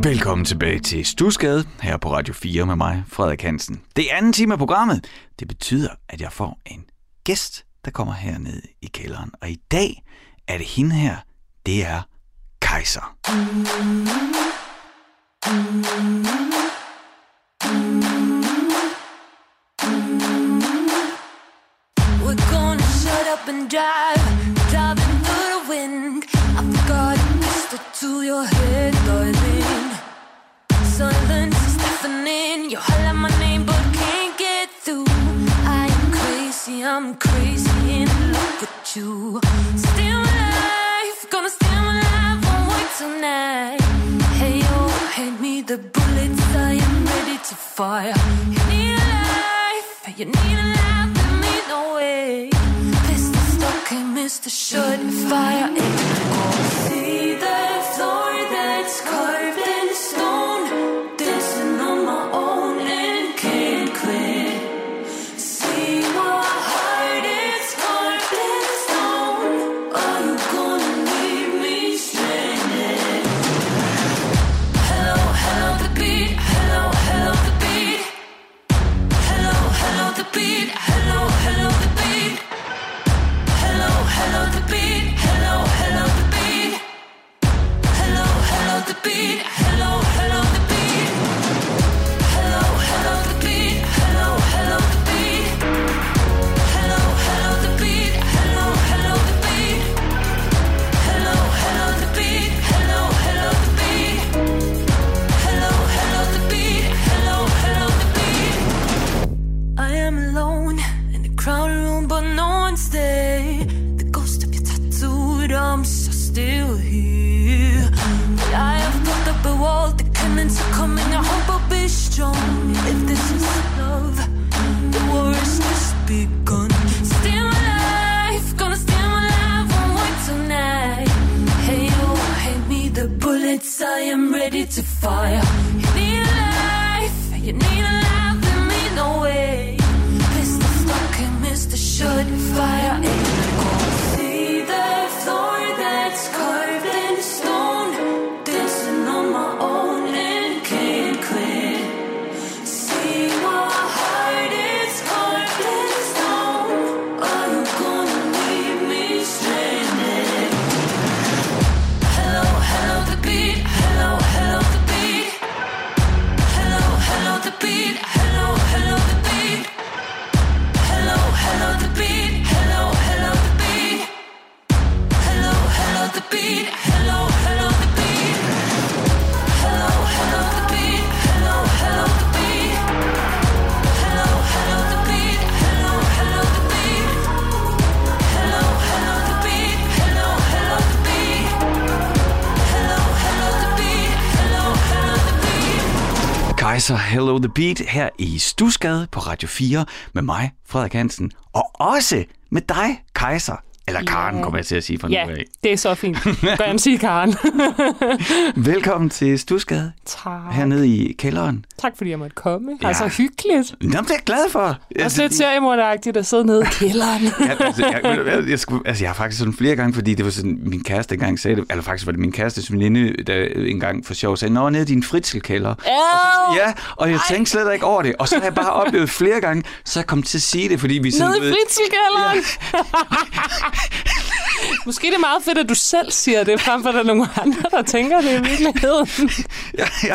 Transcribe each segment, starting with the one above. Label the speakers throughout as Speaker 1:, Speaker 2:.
Speaker 1: Velkommen tilbage til Studsgade her på Radio 4 med mig, Frederik Hansen. Det er anden time af programmet. Det betyder, at jeg får en gæst, der kommer hernede i kælderen. Og i dag er det hende her. Det er Kaiser.
Speaker 2: We're gonna shut up and drive, driving through the wind. I've got a pistol to your head, darling. Silence is deafening. You holler my name but can't get through. I'm crazy and look at you. Still alive, gonna stay alive, won't wait tonight. Hey yo, hand me the bullets, I am ready to fire. You need a life, you need a life, let me know it. Pistol stuck, can't miss the shot, fire it. Go see the floor that's carved in stone. Dancing on my own and can't quit. See my heart is carved in stone. Are you gonna leave me stranded? Hello, hello the beat. Hello, hello the beat. Hello, hello the beat. Hello, hello the beat. Hello, hello the beat. Hello, hello the beat. Hello, hello the beat. Hello, hello the beat. Hello, hello the beat. Hello, hello the beat. Hello, hello the beat. Hello, hello the beat. Hello, hello the beat. Hello, hello the beat. Hello, hello the beat. Hello, hello the beat. I am alone in a crowded room, but no one's there. The ghost of your tattooed arms are still here. I have put up a wall, the cannons are coming, I hope I'll be strong. If this is love, the war has just begun. Still alive, gonna stay alive, won't wait tonight. Hey yo, hand me the bullets, I am ready to fire. You need a life, you need a life, let me know it. Pistol stuck and miss the shot, fire it. Go see the floor that's carved in stone. Dancing on my own and can't quit. See my heart is carved in stone. Are you gonna leave me stranded? Hello, hello the beat. Hello, hello the beat. Hello, hello the beat. Hello, hello the beat. Hello, hello the beat. Hello, hello the beat. Hello, hello the beat. Hello, hello the beat. Hello, hello the beat. Hello, hello the beat. Hello, hello the beat. Hello, hello the beat. Hello, hello the beat. Hello, hello the beat. Hello, hello the beat. Hello, hello the beat.
Speaker 1: Kaiser, Hello the Beat her i Studsgade på Radio 4 med mig, Frederik Hansen, og også med dig, Kaiser. Eller Karen, kommer jeg til at sige fra nu af.
Speaker 3: Ja, det er så fint. Gerne sige Karen.
Speaker 1: Velkommen til Studsgade.
Speaker 3: Tak.
Speaker 1: Hernede i kælderen.
Speaker 3: Tak fordi jeg måtte komme.
Speaker 1: Ja.
Speaker 3: Altså hyggeligt.
Speaker 1: Nå, det er jeg glad for.
Speaker 3: Også lidt seriemorderagtigt at sidde nede i kælderen.
Speaker 1: Jeg har faktisk sådan flere gange, fordi det var sådan, min kæreste engang sagde det, eller faktisk var det min kærestes veninde, der engang for sjov sagde, nå, nede i din fritzelkælder. Og jeg tænkte slet ikke over det. Og så har jeg bare oplevet flere gange, så jeg kom til at sige det, fordi vi sådan...
Speaker 3: Nede i fritzelkælderen? Ja. Måske det er meget fedt, at du selv siger det, frem for at der er nogle andre, der tænker det i virkeligheden.
Speaker 1: Jeg har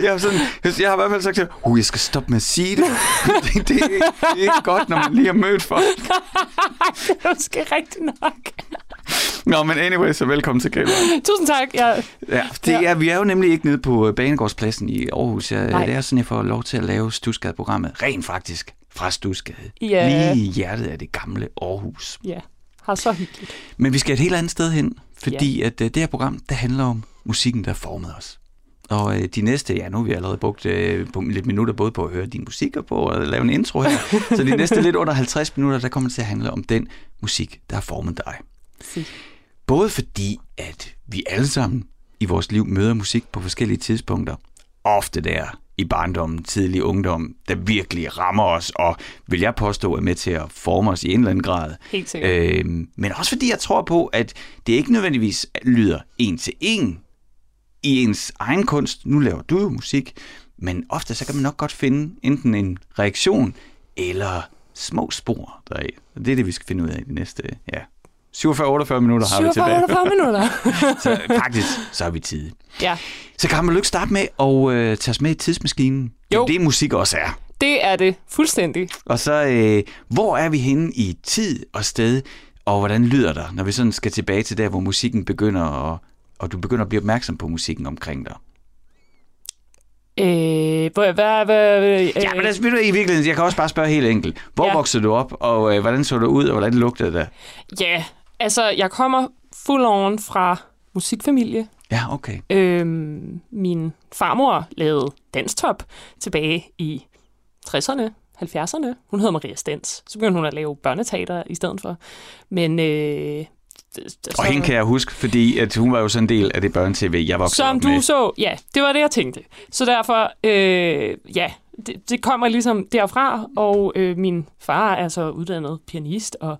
Speaker 1: i hvert fald sagt til jeg skal stoppe med at sige det. Det er ikke godt, når man lige har mødt folk.
Speaker 3: Det er måske rigtigt nok.
Speaker 1: Nå, men anyway, så velkommen til kælderen.
Speaker 3: Tusind tak.
Speaker 1: Vi er jo nemlig ikke nede på Banegårdspladsen i Aarhus. Det er sådan, jeg får lov til at lave Studsgade-programmet. Rent faktisk fra Studsgade.
Speaker 3: Ja.
Speaker 1: Lige i hjertet af det gamle Aarhus.
Speaker 3: Ja, har så hyggeligt.
Speaker 1: Men vi skal et helt andet sted hen, fordi at det her program, det handler om musikken, der formede os. Og de næste, nu har vi allerede brugt lidt minutter både på at høre din musik og på at lave en intro her. Så de næste lidt under 50 minutter, der kommer det til at handle om den musik, der har formet dig. Både fordi, at vi alle sammen i vores liv møder musik på forskellige tidspunkter. Ofte der i barndommen, tidlig ungdom, der virkelig rammer os, og vil jeg påstå, er med til at forme os i en eller anden grad.
Speaker 3: Helt sikkert.
Speaker 1: Men også fordi jeg tror på, at det ikke nødvendigvis lyder en til en i ens egen kunst. Nu laver du jo musik, men ofte så kan man nok godt finde enten en reaktion eller små spor deraf. Det er det, vi skal finde ud af i de næste 47-48 minutter har vi tilbage.
Speaker 3: 47-48 minutter.
Speaker 1: Så faktisk, så er vi tid.
Speaker 3: Ja.
Speaker 1: Så kan man ikke starte med at tage os med i tidsmaskinen.
Speaker 3: Jo.
Speaker 1: Det musik også er.
Speaker 3: Det er det. Fuldstændig.
Speaker 1: Og så, hvor er vi henne i tid og sted, og hvordan lyder der, når vi sådan skal tilbage til der, hvor musikken begynder, og du begynder at blive opmærksom på musikken omkring dig?
Speaker 3: Ja,
Speaker 1: men altså, ved du i virkeligheden, jeg kan også bare spørge helt enkelt. Hvor voksede du op, og hvordan så du ud, og hvordan lugtede det?
Speaker 3: Ja, altså, jeg kommer full on fra musikfamilie.
Speaker 1: Ja, okay.
Speaker 3: Min farmor lavede danstop tilbage i 60'erne, 70'erne. Hun hedder Maria Stens. Så begyndte hun at lave børneteater i stedet for. Men
Speaker 1: og hende kan jeg huske, fordi at hun var jo sådan en del af det børne-tv, jeg voksede op med.
Speaker 3: Som du så, ja, det var det, jeg tænkte. Så derfor, det kommer ligesom derfra, og min far er så uddannet pianist, og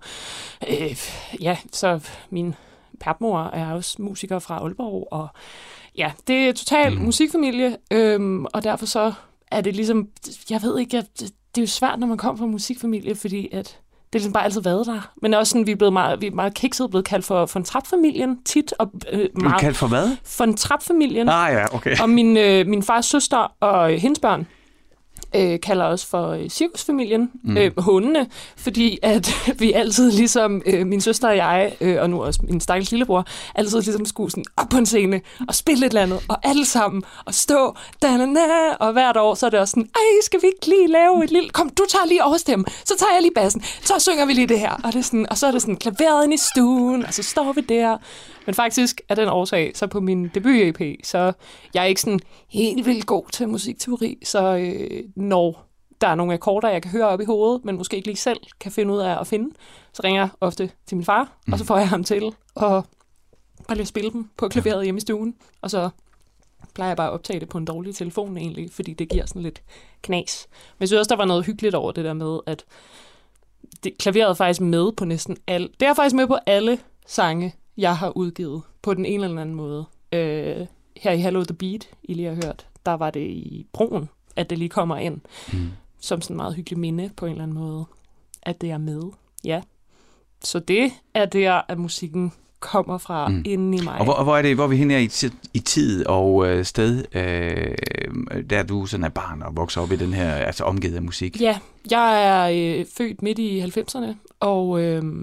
Speaker 3: så min papmor er også musiker fra Aalborg, og ja, det er totalt musikfamilie, og derfor så er det ligesom, jeg ved ikke, det er jo svært, når man kommer fra musikfamilie, fordi at det er ligesom bare altid været der. Men også sådan, vi er meget kiksede, blevet kaldt for von Trapp-familien tit. Og,
Speaker 1: meget kaldt for hvad?
Speaker 3: Von Trapp-familien.
Speaker 1: Ah ja, okay.
Speaker 3: Og min fars søster og hendes børn kalder os for cirkusfamilien, hundene, fordi at vi altid ligesom, min søster og jeg, og nu også min stakkels lillebror, altid ligesom skulle sådan op på en scene og spille et eller andet, og alle sammen, og stå, og hvert år, så er det også sådan, skal vi ikke lige lave et lille, kom, du tager lige overstemme, så tager jeg lige bassen, så synger vi lige det her, og, det er sådan, og så er det sådan klaveret ind i stuen, og så står vi der. Men faktisk er den årsag, så på min debut-EP, så jeg er ikke sådan helt vildt god til musikteori, så når der er nogle akkorder, jeg kan høre op i hovedet, men måske ikke lige selv kan finde ud af at finde, så ringer jeg ofte til min far, og så får jeg ham til at bare lige spille dem på klaveret hjemme i stuen, og så plejer jeg bare at optage det på en dårlig telefon egentlig, fordi det giver sådan lidt knas. Men jeg synes også, der var noget hyggeligt over det der med, at klaveret er faktisk med på næsten alle. Det er faktisk med på alle sange, jeg har udgivet på den ene eller anden måde. Her i Hello the Beat, I lige har hørt, der var det i broen, at det lige kommer ind. Som sådan en meget hyggelig minde på en eller anden måde, at det er med. Ja. Så det er der, at musikken kommer fra inden i mig. Og
Speaker 1: hvor er det, hvor vi henne er i tid og sted, der du sådan er barn og vokser op i den her, altså omgivet af musik?
Speaker 3: Ja, jeg er født midt i 90'erne, og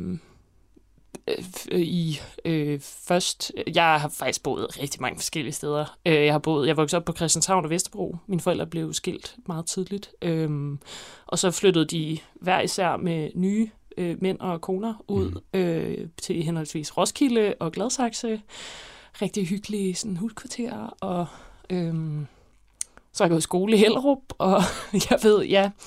Speaker 3: jeg har faktisk boet rigtig mange forskellige steder. Jeg voksede op på Christianshavn og Vesterbro. Mine forældre blev skilt meget tidligt. Og så flyttede de hver især med nye mænd og koner ud til henholdsvis Roskilde og Gladsaxe. Rigtig hyggelige sådan hudkvarterer. Og så har jeg gået i skole i Hellerup, og jeg ved,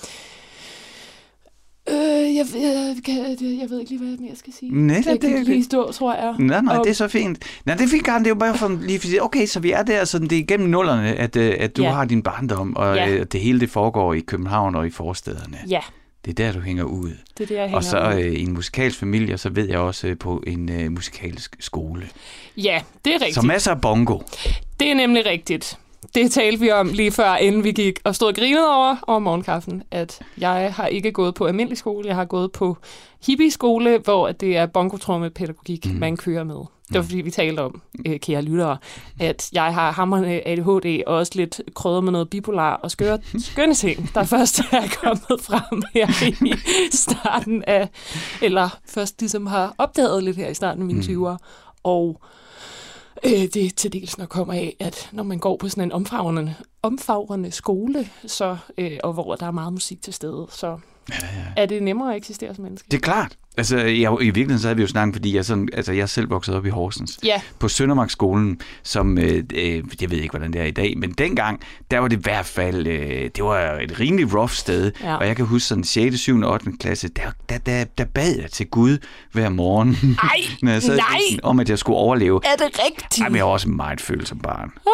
Speaker 3: jeg ved ikke lige, hvad jeg skal sige.
Speaker 1: Nej, det
Speaker 3: kan lige stå, tror jeg.
Speaker 1: Nej, det er så fint. Nej, det er fint, det er jo bare for lige for at sige, okay, så vi er der, sådan det er igennem nullerne, at du har din barndom, og det hele det foregår i København og i forstederne. Ja. Det er der, du hænger ud.
Speaker 3: Det er der, jeg hænger
Speaker 1: ud. Og så i en musikalsk familie, så ved jeg også på en musikalsk skole.
Speaker 3: Ja, det er rigtigt.
Speaker 1: Så masser af bongo. Det
Speaker 3: er nemlig rigtigt. Det talte vi om lige før, inden vi gik og stod og grinede over morgenkaffen, at jeg har ikke gået på almindelig skole, jeg har gået på hippie-skole, hvor det er bongotrommepædagogik, man kører med. Det var fordi, vi talte om, kære lyttere, at jeg har hamrende ADHD og også lidt krydret med noget bipolar og skønne ting, der først er kommet frem her i starten af, eller først ligesom har opdaget lidt her i starten af mine 20'er. Og det til dels nok kommer af, at når man går på sådan en omfavnende skole, så, og hvor der er meget musik til stede, så er det nemmere at eksistere som menneske.
Speaker 1: Det er klart. Altså, i virkeligheden så havde vi jo snakket, fordi jeg selv voksede op i Horsens.
Speaker 3: Ja.
Speaker 1: På Søndermarkskolen, som, jeg ved ikke, hvordan det er i dag, men dengang, der var det i hvert fald, det var et rimelig rough sted. Ja. Og jeg kan huske sådan 6., 7., 8. klasse, der bad jeg til Gud hver morgen. Når jeg sad om, at jeg skulle overleve.
Speaker 3: Er det rigtigt?
Speaker 1: Jamen, jeg var også meget følsom barn.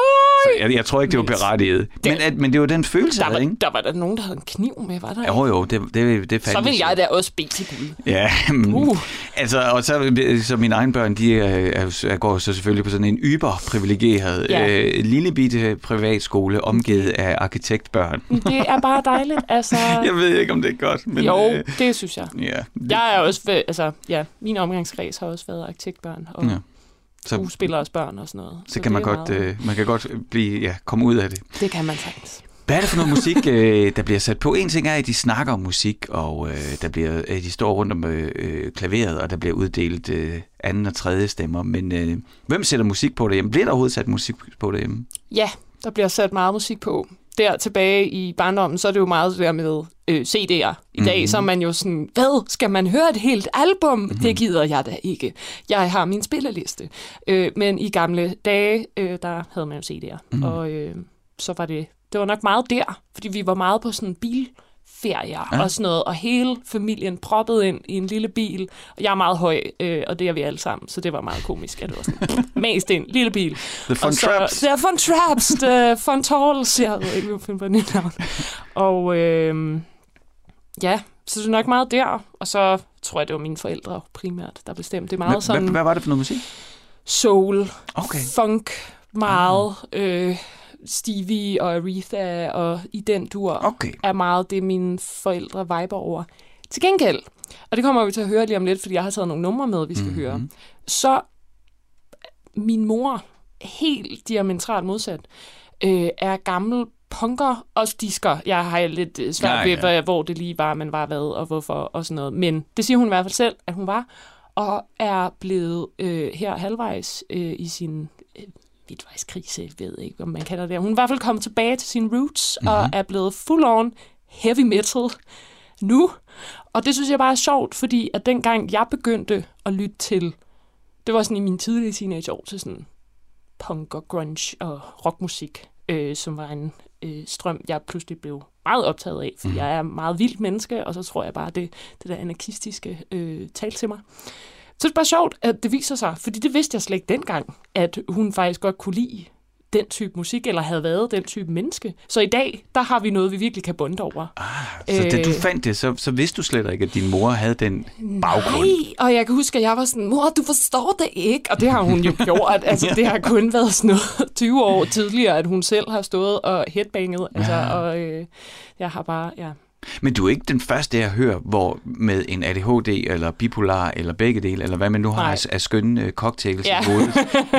Speaker 1: Så jeg tror ikke, det var berettiget. Men det var den følelse, ikke?
Speaker 3: Der var der nogen, der havde en kniv med, var der?
Speaker 1: Jo, det fandt.
Speaker 3: Så vil jeg da også bede til Gud.
Speaker 1: Ja, altså, og så mine egne børn, de går så selvfølgelig på sådan en yberprivilegeret lille bitte privatskole, omgivet af arkitektbørn.
Speaker 3: Det er bare dejligt, altså.
Speaker 1: Jeg ved ikke, om det er godt. Men,
Speaker 3: det synes jeg.
Speaker 1: Ja.
Speaker 3: Jeg er også, min omgangskreds har også været arkitektbørn og skuespilleres børn og sådan noget.
Speaker 1: Så kan man godt, man kan godt komme ud af det.
Speaker 3: Det kan man sagtens.
Speaker 1: Hvad er det for noget musik, der bliver sat på? En ting er, at de snakker om musik, og de står rundt om klaveret, og der bliver uddelt anden og tredje stemmer. Men hvem sætter musik på derhjemme? Bliver der overhovedet sat musik på derhjemme?
Speaker 3: Ja, der bliver sat meget musik på. Der tilbage i barndommen, så er det jo meget det der med CD'er. I dag så er man jo sådan, hvad? Skal man høre et helt album? Det gider jeg da ikke. Jeg har min spilleliste. Men i gamle dage, der havde man jo CD'er. Og så var det var nok meget der, fordi vi var meget på sådan bilferier og sådan noget, og hele familien proppede ind i en lille bil. Og jeg er meget høj, og det er vi alle sammen, så det var meget komisk, at det var sådan, mast ind, lille bil.
Speaker 1: The Fun Traps.
Speaker 3: The Fun Traps, The Fun Talls, jeg ved ikke, finde på nyt navn. Og så det er nok meget der, og så tror jeg, det var mine forældre primært, der bestemte. Det er meget sådan...
Speaker 1: Hvad var det for noget musik?
Speaker 3: Soul, funk, meget... Stevie og Aretha og i den dur er meget det, mine forældre viber over. Til gengæld, og det kommer vi til at høre lige om lidt, fordi jeg har taget nogle numre med, vi skal høre, så min mor, helt diametralt modsat, er gammel punker og disker. Jeg har lidt svært ved, hvor det lige var, man var hvad og hvorfor og sådan noget. Men det siger hun i hvert fald selv, at hun var, og er blevet her halvvejs i sin... midtvejskrise, ved ikke, om man kalder det. Hun er i hvert fald kommet tilbage til sine roots, og er blevet full-on heavy metal nu. Og det synes jeg bare er sjovt, fordi at dengang jeg begyndte at lytte til, det var sådan i mine tidlige teenageår, til sådan punk og grunge og rockmusik, som var en strøm, jeg pludselig blev meget optaget af, fordi jeg er meget vildt menneske, og så tror jeg bare, det der anarkistiske talte til mig. Så det er bare sjovt, at det viser sig, fordi det vidste jeg slet ikke dengang, at hun faktisk godt kunne lide den type musik, eller havde været den type menneske. Så i dag, der har vi noget, vi virkelig kan bonde over.
Speaker 1: Så da du fandt det, så vidste du slet ikke, at din mor havde den baggrund?
Speaker 3: Nej, og jeg kan huske, at jeg var sådan, mor, du forstår det ikke. Og det har hun jo gjort. Altså, det har kun været sådan noget 20 år tidligere, at hun selv har stået og headbanget. Altså, og jeg har bare,
Speaker 1: Men du er ikke den første, jeg hører, hvor med en ADHD, eller bipolar, eller begge dele, eller hvad man nu har af skønne cocktails i hovedet,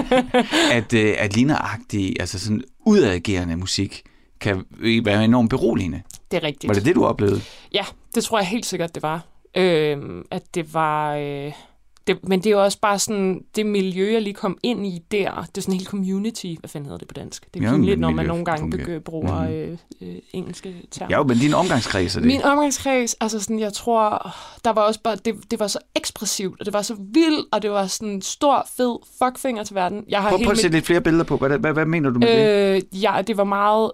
Speaker 1: at ligneragtig, altså sådan udadgerende musik, kan være enormt beroligende.
Speaker 3: Det er rigtigt.
Speaker 1: Var det det, du oplevede?
Speaker 3: Ja, det tror jeg helt sikkert, det var. At det var... men det er jo også bare sådan, det miljø, jeg lige kom ind i der, det er sådan en hel community, hvad fanden hedder det på dansk? Det er pinligt, når man nogle gange bruger engelske termer.
Speaker 1: Ja, men din omgangskreds er det.
Speaker 3: Min omgangskreds, altså sådan, jeg tror, der var også bare, det var så ekspressivt, og det var så vildt, og det var sådan en stor, fed fuckfinger til verden.
Speaker 1: Prøv at sætte lidt flere billeder på. Hvad mener du med det?
Speaker 3: Ja, det var meget...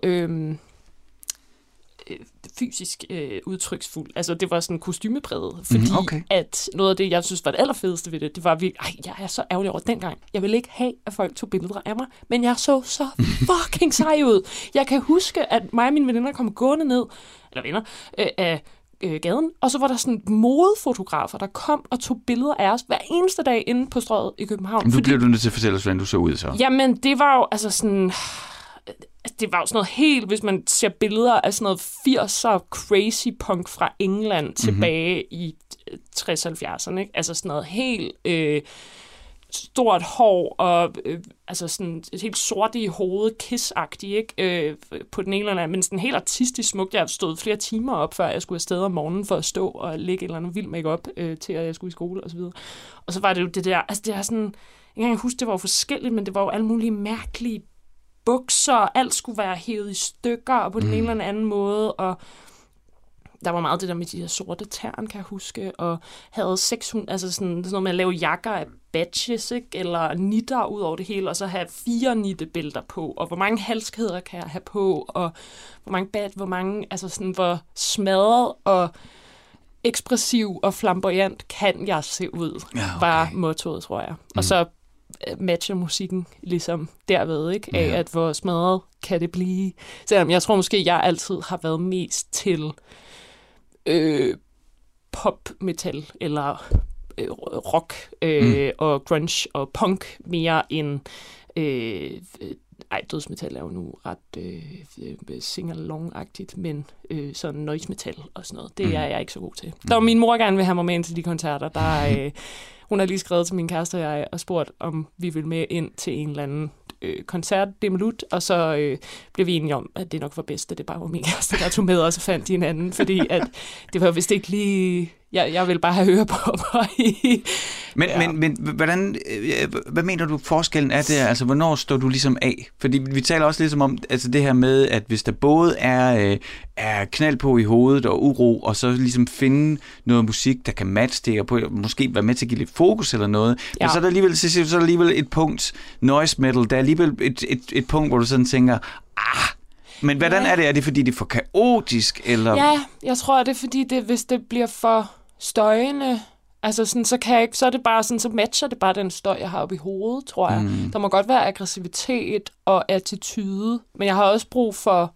Speaker 3: fysisk udtryksfuld. Altså, det var sådan kostymepræget, fordi at noget af det, jeg synes var det allerfedeste ved det var virkelig, jeg er så ærgerlig over dengang. Jeg ville ikke have, at folk tog billeder af mig, men jeg så fucking sej ud. Jeg kan huske, at mig og mine veninder kom gående ned, eller venner, af gaden, og så var der sådan modefotografer, der kom og tog billeder af os hver eneste dag inde på Strøget i København.
Speaker 1: Men bliver du nødt til at fortælle os, hvordan du så ud så? Jamen,
Speaker 3: det var jo altså sådan... Det var jo sådan noget helt, hvis man ser billeder af sådan noget 80'er crazy punk fra England tilbage i 60-70'erne, ikke? Altså sådan noget helt stort hår og altså sådan et helt sort i hovedet, Kiss-agtigt, ikke? På den ene eller anden, men sådan helt artistisk smukt. Jeg havde stået flere timer op, før jeg skulle afsted om morgenen for at stå og lægge et eller andet vild make-up til, at jeg skulle i skole og så videre. Og så var det jo det der, altså det er sådan, jeg husker, det var jo forskelligt, men det var jo alle mulige mærkelige bukser, og alt skulle være hævet i stykker, og på den ene eller anden måde, og der var meget det der med de her sorte tern, kan jeg huske, og havde 600, altså sådan noget med at lave jakker af badges, ikke? Eller nitter ud over det hele, og så have 4 nittebælter på, og hvor mange halskæder kan jeg have på, og hvor mange, altså sådan, hvor smadret og ekspressiv og flamboyant kan jeg se ud, var mottoet, tror jeg. Og så matcher musikken ligesom derved, ikke? Af at hvor smadret kan det blive. Selvom jeg tror måske, jeg altid har været mest til pop-metal eller rock og grunge og punk mere end... dødsmetal er jo nu ret sing-along-agtigt, men sådan noise metal og sådan noget, det er jeg ikke så god til. Der var min mor gerne vil have mig med ind til de koncerter, der hun har lige skrevet til min kæreste og jeg og spurgt, om vi vil med ind til en eller anden koncert, demelut, og så blev vi enige om, at det nok var bedst, at det bare var min kæreste, der tog med, og så fandt de en anden, fordi at det var vist ikke lige... Jeg vil bare have hørepropper i...
Speaker 1: Men hvad mener du forskellen er det? Altså, hvornår står du ligesom af? Fordi vi taler også ligesom om altså det her med, at hvis der både er knald på i hovedet og uro, og så ligesom finde noget musik, der kan matche det, og måske være med til at give lidt fokus eller noget. Ja. Men så er der alligevel et punkt, noise metal, der er alligevel et punkt, hvor du sådan tænker, men hvordan er det? Er det, fordi det er for kaotisk? Eller?
Speaker 3: Ja, jeg tror, det er, fordi hvis det bliver for støjende, altså sådan, så er det bare sådan, så matcher det bare den støj, jeg har oppe i hovedet, tror jeg. Der må godt være aggressivitet og attitude, men jeg har også brug for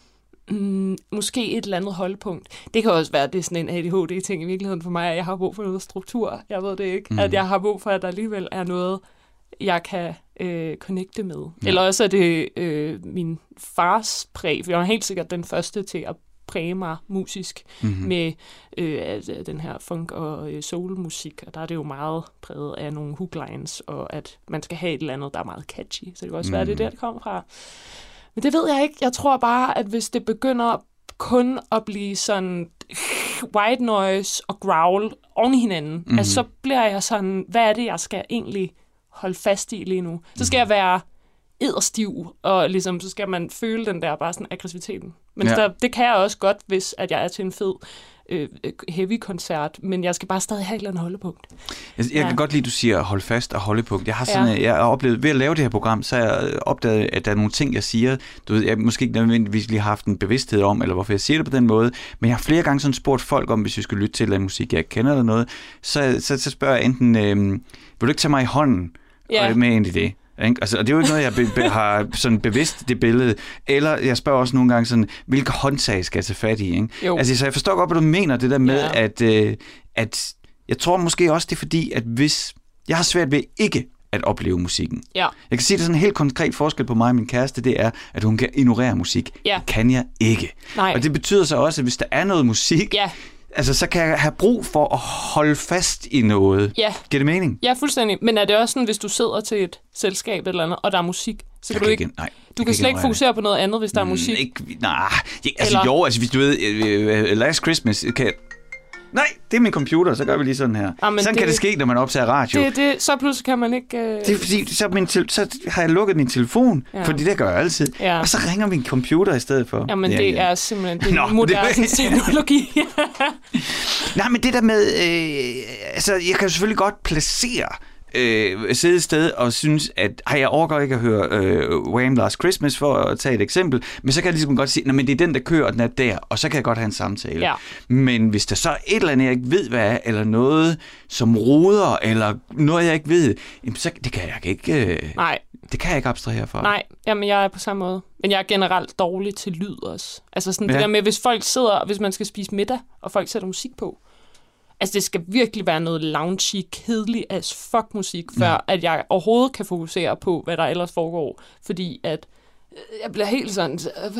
Speaker 3: måske et eller andet holdpunkt. Det kan også være, at det er sådan en ADHD-ting i virkeligheden for mig, at jeg har brug for noget struktur. Jeg ved det ikke. At jeg har brug for, at der alligevel er noget, jeg kan connecte med. Ja. Eller også er det min fars præg. Jeg var helt sikkert den første til at præge mig musisk med den her funk- og soul-musik. Og der er det jo meget præget af nogle hooklines, og at man skal have et eller andet, der er meget catchy. Så det kan også være, at det er der, det kommer fra. Men det ved jeg ikke. Jeg tror bare, at hvis det begynder kun at blive sådan white noise og growl oven i hinanden, altså, så bliver jeg sådan, hvad er det, jeg skal egentlig holde fast i lige nu? Så skal jeg være edderstiv, og ligesom, så skal man føle den der bare sådan aggressiviteten. Men det kan jeg også godt, hvis at jeg er til en fed heavy-koncert, men jeg skal bare stadig have et eller andet holdepunkt. Jeg
Speaker 1: kan godt lide, at du siger hold fast og holdepunkt. Jeg har sådan, jeg har oplevet, ved at lave det her program, så har jeg opdaget, at der er nogle ting, jeg siger, du ved, jeg måske ikke nødvendigvis lige har haft en bevidsthed om, eller hvorfor jeg siger det på den måde, men jeg har flere gange sådan spurgt folk om, hvis vi skulle lytte til eller musik, jeg kender eller noget, så spørger jeg enten, vil du ikke tage mig i hånden, og med ind i det? Altså, og det er jo ikke noget, jeg har sådan bevidst det billede. Eller jeg spørger også nogle gange sådan, hvilke håndtag skal jeg tage fat i? Ikke? Altså, så jeg forstår godt, hvad du mener, det der med, at jeg tror måske også, det er fordi, at hvis jeg har svært ved ikke at opleve musikken. Ja. Jeg kan sige, det er sådan en helt konkret forskel på mig og min kæreste, det er, at hun kan ignorere musik. Ja. Det kan jeg ikke. Nej. Og det betyder så også, at hvis der er noget musik, altså, så kan jeg have brug for at holde fast i noget. Ja. Giver det mening?
Speaker 3: Ja, fuldstændig. Men er det også sådan, hvis du sidder til et selskab eller andet, og der er musik, så kan du ikke... Du kan slet ikke fokusere på noget andet, hvis der er musik?
Speaker 1: Hvis du ved, Last Christmas kan... Nej, det er min computer, så gør vi lige sådan her. Sådan kan det ske, når man optager radio.
Speaker 3: Så pludselig kan man ikke...
Speaker 1: Det er fordi, så har jeg lukket min telefon, fordi det gør jeg altid. Ja. Og så ringer min computer i stedet for.
Speaker 3: Jamen, det er simpelthen moderne teknologi.
Speaker 1: Nej, men det der med... altså, jeg kan jo selvfølgelig godt placere... sidde et sted og synes, at jeg overgår ikke at høre Wham! Last Christmas, for at tage et eksempel, men så kan jeg ligesom godt sige, men det er den, der kører, og den er der, og så kan jeg godt have en samtale. Ja. Men hvis der så er et eller andet, jeg ikke ved, hvad er, eller noget, som roder, eller noget, jeg ikke ved, så det kan jeg ikke... Nej. Det kan jeg ikke abstrahere fra.
Speaker 3: Nej, jamen jeg er på samme måde. Men jeg er generelt dårlig til lyd også. Altså sådan det der med, hvis folk sidder, hvis man skal spise middag, og folk sætter musik på, altså, det skal virkelig være noget loungy, kedelig as fuck musik, før at jeg overhovedet kan fokusere på, hvad der ellers foregår. Fordi at jeg bliver helt sådan,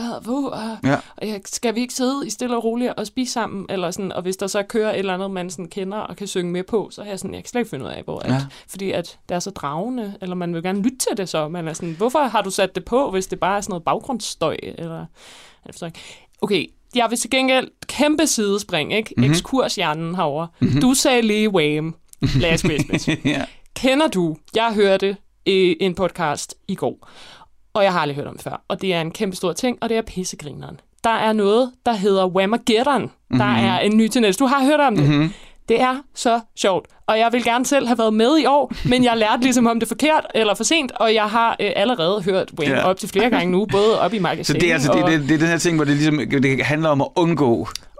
Speaker 3: skal vi ikke sidde i stille og roligt og spise sammen? Eller sådan, og hvis der så kører et eller andet, man sådan kender og kan synge med på, så er jeg sådan, jeg kan slet ikke finde ud af, fordi at det er så dragende, eller man vil gerne lytte til det så. Man er sådan, hvorfor har du sat det på, hvis det bare er sådan noget baggrundsstøj? Eller okay, jeg vil til gengæld kæmpe sidespring, ikke? Ekskurshjernen herovre. Du sagde lige Wham! Last Christmas. Kender du? Jeg hørte en podcast i går, og jeg har aldrig hørt om det før. Og det er en kæmpe stor ting, og det er pissegrineren. Der er noget, der hedder Whamageddon. Der er en ny tendens. Du har hørt om det. Det er så sjovt, og jeg vil gerne selv have været med i år, men jeg lærte ligesom om det forkert eller for sent, og jeg har allerede hørt Wham! Op til flere gange nu, både op i magasin.
Speaker 1: Så det er, altså, det er den her ting, hvor det, ligesom, det handler om at undgå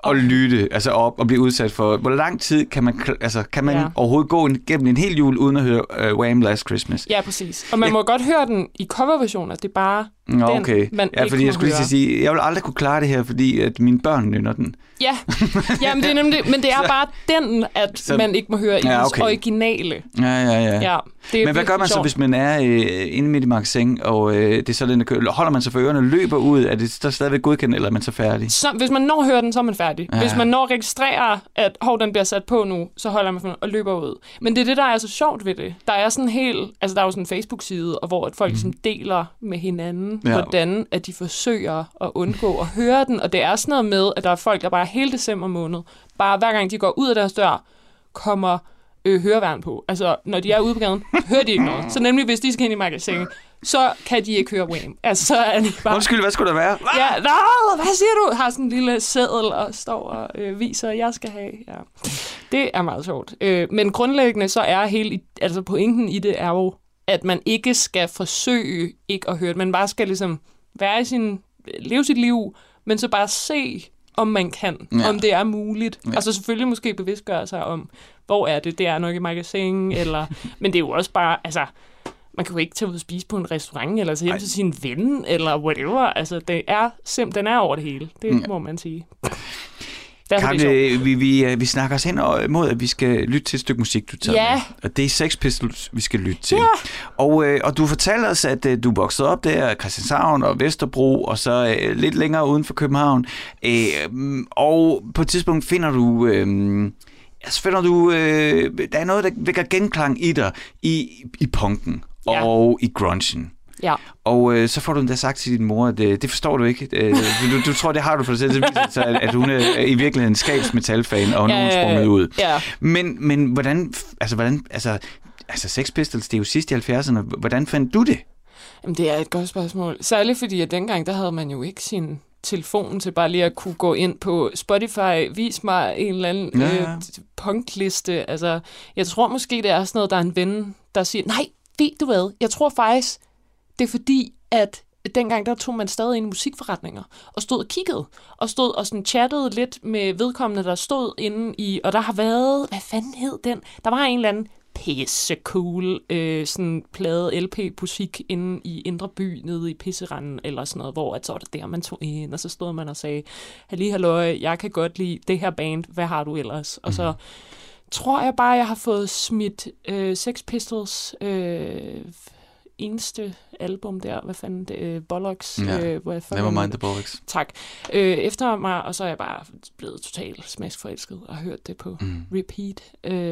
Speaker 1: at lytte, altså og blive udsat for. Hvor lang tid kan man overhovedet gå gennem en hel jul uden at høre Wham! Last Christmas?
Speaker 3: Ja, præcis. Og man må godt høre den i coverversioner, det er bare
Speaker 1: okay.
Speaker 3: den, man
Speaker 1: ja, fordi jeg skulle lige sige, jeg vil aldrig kunne klare det her, fordi at mine børn nynner den.
Speaker 3: Ja, men det er nemlig, men det er bare den, at man ikke må høre i originale.
Speaker 1: Ja. Men hvad gør man så, hvis man er inde midt i magasin, og det er så den der holder man sig for ørerne og løber ud? Er det så stadigvæk godkendt, eller er man så færdig?
Speaker 3: Hvis man når at høre den, så er man færdig. Ja. Hvis man når at registrere, at den bliver sat på nu, så holder man og løber ud. Men det er det, der er så sjovt ved det. Der er sådan der er jo sådan en Facebook-side, hvor folk ligesom deler med hinanden, hvordan at de forsøger at undgå at høre den. Og det er sådan noget med, at der er folk, der bare hele december måned, bare hver gang de går ud af deres dør, kommer høreværn på. Altså, når de er ude på gaden, hører de ikke noget. Så nemlig, hvis de skal ind i magasinet, så kan de ikke høre Wham. Altså, så er de bare...
Speaker 1: Undskyld, hvad skulle der være?
Speaker 3: Ja, hvad siger du? Har sådan en lille seddel og står og viser, at jeg skal have. Ja. Det er meget sjovt. Men grundlæggende så er pointen i det er jo, at man ikke skal forsøge ikke at høre det. Man bare skal ligesom leve sit liv, men så bare se, om man kan, om det er muligt. Ja. Og så selvfølgelig måske bevidstgøre sig om, hvor er det er nok i magasin, eller... Men det er jo også bare, altså... Man kan jo ikke tage ud og spise på en restaurant, eller så hjem til sin ven, eller whatever. Altså, den er over det hele. Det må man sige.
Speaker 1: Vi snakker os hen mod, at vi skal lytte til et stykke musik, du tager med. Og det er Sex Pistols, vi skal lytte til. Ja. Og du fortalte os, at du voksede op der, Christianshavn og Vesterbro, og så lidt længere uden for København. Og på et tidspunkt finder du... der er noget, der vækker genklang i dig i punken og i grungen. Ja. Og så får du endda sagt til din mor, at det forstår du ikke. Du tror, det har du for dig selv. Det viser sig, at hun er i virkeligheden en skabsmetalfan, og hun sprunget ud. Ja. Men hvordan Sex Pistols, det er jo sidst i 70'erne. Hvordan fandt du det?
Speaker 3: Jamen, det er et godt spørgsmål. Særligt fordi, at dengang, der havde man jo ikke sin telefonen til bare lige at kunne gå ind på Spotify, vis mig en eller anden punkliste. Altså, jeg tror måske, det er sådan noget, der er en ven, der siger, nej, ved du hvad, jeg tror faktisk, det er fordi, at dengang der tog man stadig ind i musikforretninger, og stod og kiggede, og stod og sådan chattede lidt med vedkommende, der stod inde i, og der har været, hvad fanden hed den? Der var en eller anden pisse cool sådan plade LP-musik inde i Indre By, nede i Pisseranden, eller sådan noget, hvor at så var det der, man tog ind, og så stod man og sagde, halløj, jeg kan godt lide det her band, hvad har du ellers? Og så tror jeg bare, jeg har fået smidt Sex Pistols eneste album der, hvad fanden det, Bollocks.
Speaker 1: Nevermind the Bollocks.
Speaker 3: Tak. Efter mig, og så er jeg bare blevet totalt smaskforelsket og hørt det på repeat.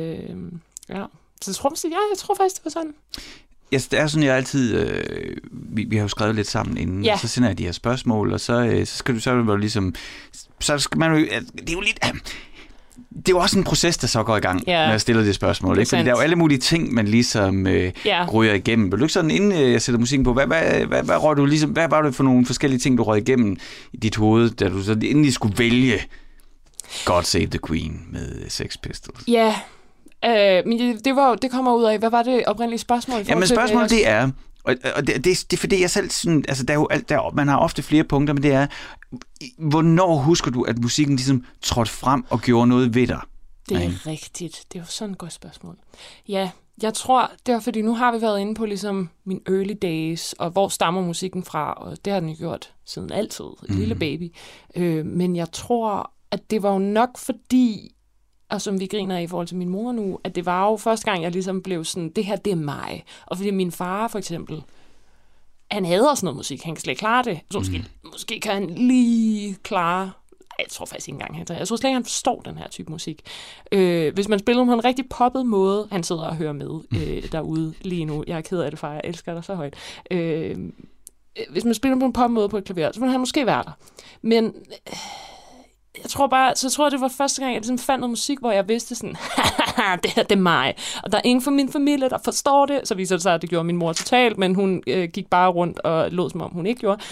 Speaker 3: Så jeg tror faktisk, det var sådan.
Speaker 1: Ja, det er sådan, jeg altid... vi har jo skrevet lidt sammen inden, og så sender jeg de her spørgsmål, og så skal du ligesom... Så skal man jo... Det er jo lidt... Det er jo også en proces, der så går i gang, når jeg stiller det spørgsmål. Ikke? Fordi der er jo alle mulige ting, man ligesom ryger igennem. Vil du ikke sådan, inden jeg sætter musikken på, hvad var det for nogle forskellige ting, du røg igennem i dit hoved, da du så endelig skulle vælge God Save the Queen med Sex Pistols?
Speaker 3: Ja, men det kommer ud af, hvad var det oprindelige spørgsmål?
Speaker 1: Ja, men spørgsmålet det er, og det er fordi jeg selv sådan, altså man har ofte flere punkter, men det er, hvornår husker du, at musikken ligesom trådte frem og gjorde noget ved dig?
Speaker 3: Det er rigtigt. Det er jo sådan et godt spørgsmål. Ja, jeg tror, det var fordi, nu har vi været inde på ligesom min early days, og hvor stammer musikken fra, og det har den jo gjort siden altid, lille baby. Men jeg tror, at det var jo nok fordi, og som vi griner i forhold til min mor nu, at det var jo første gang, jeg ligesom blev sådan, det her, det er mig. Og fordi min far, for eksempel, han hader sådan noget musik, han kan slet ikke klare det. Så måske kan han lige klare, jeg tror faktisk ikke engang, jeg tror slet ikke, han forstår den her type musik. Hvis man spiller på en rigtig poppet måde, han sidder og hører med derude lige nu, jeg er ked af det, far, jeg elsker dig så højt. Hvis man spiller på en poppet måde på et klaver, så vil han måske være der. Men... Jeg tror det var første gang, jeg ligesom fandt noget musik, hvor jeg vidste sådan, det her, det er mig. Og der er ingen fra min familie, der forstår det. Så viser det sig, at det gjorde min mor totalt, men hun gik bare rundt og lod, som om hun ikke gjorde.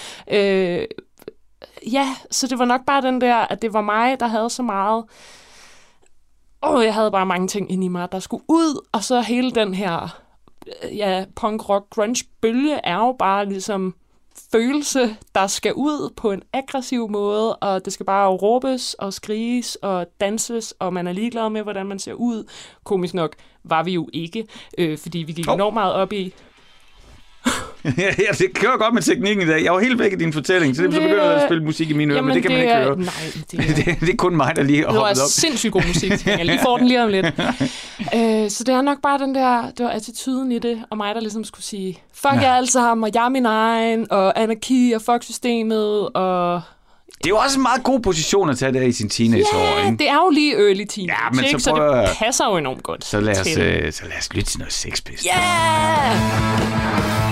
Speaker 3: Så det var nok bare den der, at det var mig, der havde så meget... jeg havde bare mange ting inde i mig, der skulle ud. Og så hele den her punk, rock, grunge bølge er jo bare ligesom følelse, der skal ud på en aggressiv måde, og det skal bare råbes og skriges og danses, og man er ligeglad med, hvordan man ser ud. Komisk nok var vi jo ikke, fordi vi gik enormt meget op i...
Speaker 1: Ja, det kører godt med teknikken i dag. Jeg var helt væk i din fortælling, så begynder jeg at spille musik i mine ører, men det kan man ikke høre.
Speaker 3: Nej,
Speaker 1: det er kun mig, der lige har hoppet op.
Speaker 3: Det var sindssygt god musik. Jeg lige får den lige om lidt. Så det er nok bare den der, det var attituden i det, og mig, der ligesom skulle sige, fuck jer alle sammen, og jeg er min egen, og anarki, og fuck systemet, og...
Speaker 1: Det er jo også en meget god position at tage der i sin teenageår, ikke?
Speaker 3: Det er jo lige early teenage,
Speaker 1: ja, men
Speaker 3: ikke? Så det passer jo enormt godt.
Speaker 1: Så lad os lytte til noget Sex Pistols.
Speaker 3: Yeah!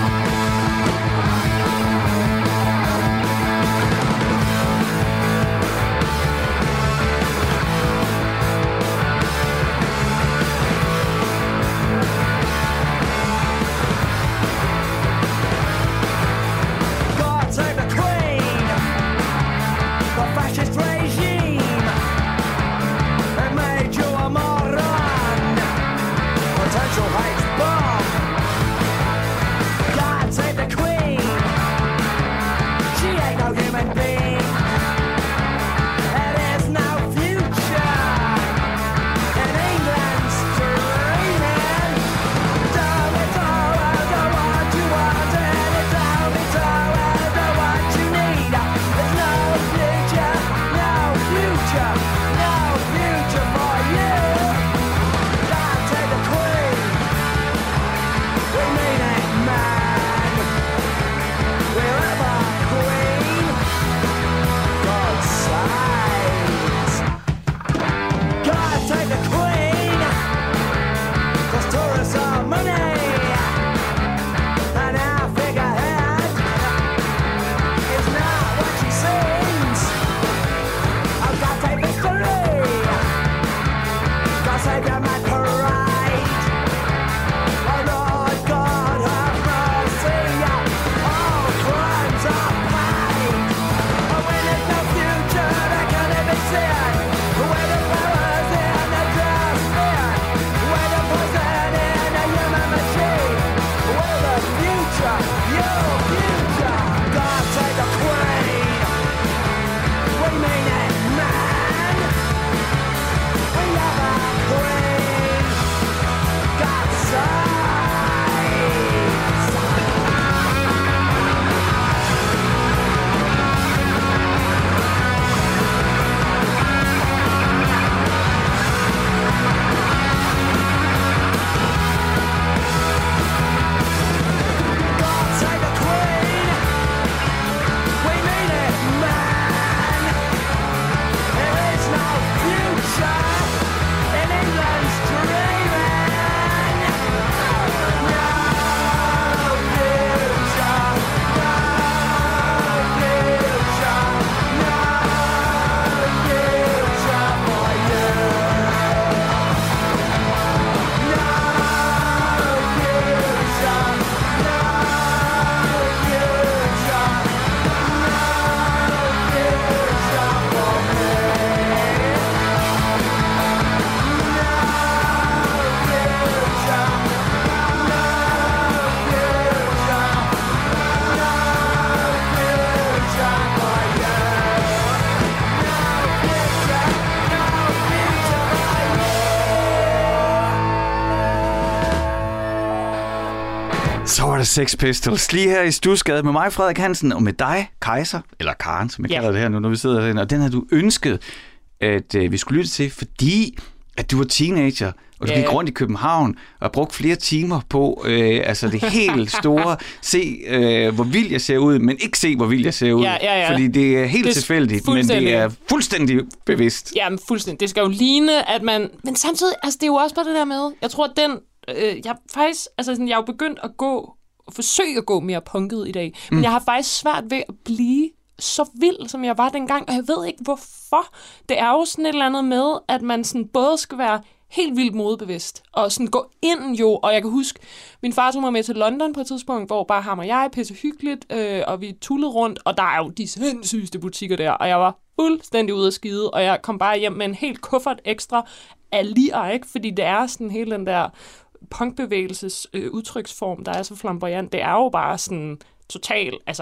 Speaker 1: Så var det Sex Pistols. Lige her i Studsgade med mig, Frederik Hansen, og med dig, Kaiser, eller Karen, som jeg kalder det her nu, når vi sidder herinde. Og den har du ønsket, at vi skulle lytte til, fordi at du var teenager, og du gik rundt i København og brugte flere timer på altså det helt store, se hvor vild jeg ser ud, men ikke se, hvor vild jeg ser ud.
Speaker 3: Ja.
Speaker 1: Fordi det er helt tilfældigt, men det er fuldstændig bevidst.
Speaker 3: Ja, men fuldstændig. Det skal jo ligne, at man... Men samtidig, altså det er jo også bare det der med, jeg tror, at den... jeg faktisk, altså sådan, jeg er jo begyndt at forsøge at gå mere punket i dag, men jeg har faktisk svært ved at blive så vild, som jeg var dengang, og jeg ved ikke, hvorfor. Det er jo sådan et eller andet med, at man sådan både skal være helt vildt modebevidst, og sådan gå ind jo, og jeg kan huske, min far tog mig med til London på et tidspunkt, hvor bare ham og jeg, pisse hyggeligt, og vi tullede rundt, og der er jo de sindssygeste butikker der, og jeg var fuldstændig ude at skide, og jeg kom bare hjem med en helt kuffert ekstra af lier, ikke? Fordi det er sådan hele den der punkbevægelses udtryksform, der er så flamboyant. Det er jo bare sådan total, altså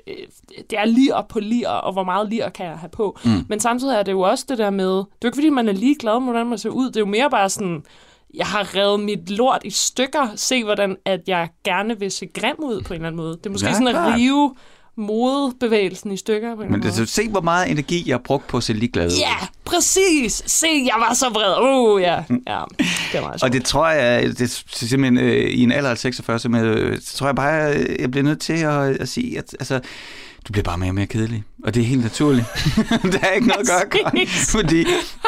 Speaker 3: det er lir på lir, og hvor meget lir kan jeg have på. Men samtidig er det jo også det der med, det er jo ikke fordi, man er ligeglad med, hvordan man ser ud. Det er jo mere bare sådan, jeg har revet mit lort i stykker. Se, hvordan at jeg gerne vil se grim ud på en eller anden måde. Det er måske sådan at rive modebevægelsen i stykker. På en
Speaker 1: Men det er se, hvor meget energi jeg har brugt på at se ligeglad ud.
Speaker 3: Ja, præcis. Se, jeg var så vred. Ja, det er meget sjovt.
Speaker 1: Og det tror jeg, det er simpelthen i en alder af 46, så tror jeg bare, jeg bliver nødt til at sige, at altså, du bliver bare mere og mere kedelig. Og det er helt naturligt. Der er ikke noget at gøre. Fordi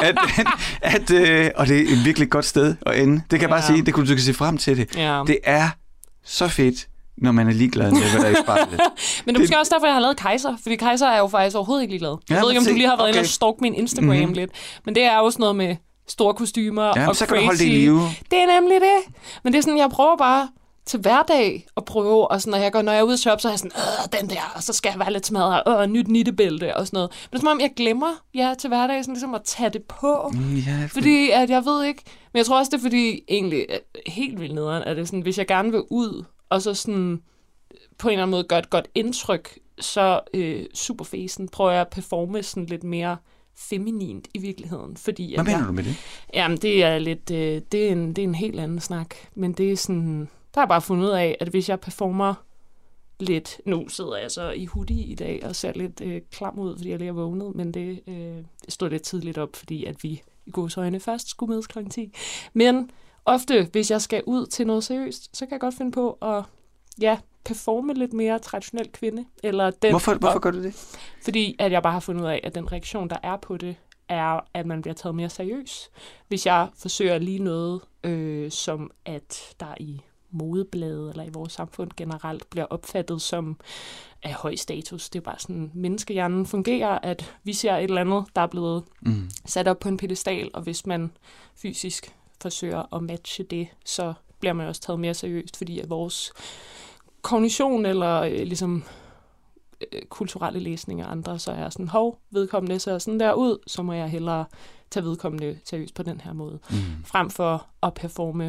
Speaker 1: og det er et virkelig godt sted at ende. Det kan jeg bare sige. Det kunne du kan se frem til det. Ja. Det er så fedt, når man er ligeglad med, hvad der er i spejlet.
Speaker 3: Men det er måske også derfor, jeg har lavet Kaiser. Fordi Kaiser er jo faktisk overhovedet ikke ligeglad. Jeg ved ikke, om du lige har været inde og stalket min Instagram lidt. Men det er også noget med store kostymer og
Speaker 1: så
Speaker 3: crazy.
Speaker 1: Kan du holde det i live.
Speaker 3: Det er nemlig det. Men det er sådan, jeg prøver bare til hverdag at prøve, og sådan, når jeg er ude at shoppe, så er jeg sådan, den der, og så skal jeg være lidt smadret, nyt nittebælte og sådan noget. Men det er som om, jeg glemmer, til hverdag, sådan ligesom at tage det på. Fordi, at jeg ved ikke, men jeg tror også, det er fordi, egentlig, helt vildt nederen, at det sådan, hvis jeg gerne vil ud, og så sådan, på en eller anden måde gøre et godt indtryk, så superfacen prøver jeg at performe sådan lidt mere feminint i virkeligheden. Fordi,
Speaker 1: hvad mener du med det?
Speaker 3: Jamen, det er lidt, det er en helt anden snak, men det er sådan, der har jeg bare fundet ud af, at hvis jeg performer lidt, nu sidder jeg så i hoodie i dag og ser lidt klam ud, fordi jeg lige er vågnet, men det stod lidt tidligt op, fordi at vi i gåseøjne først skulle mødes kl. 10. Men ofte, hvis jeg skal ud til noget seriøst, så kan jeg godt finde på at performe lidt mere traditionel kvinde. Eller den,
Speaker 1: Hvorfor gør du det?
Speaker 3: Fordi at jeg bare har fundet ud af, at den reaktion, der er på det, er, at man bliver taget mere seriøs. Hvis jeg forsøger lige noget, som at der i modebladet eller i vores samfund generelt bliver opfattet som af høj status. Det er bare sådan, menneskehjernen fungerer, at vi ser et eller andet, der er blevet sat op på en pedestal, og hvis man fysisk forsøger at matche det, så bliver man også taget mere seriøst, fordi at vores kognition eller ligesom kulturelle læsninger og andre, så er sådan, vedkommende ser sådan der ud, så må jeg hellere tage vedkommende seriøst på den her måde. Frem for at performe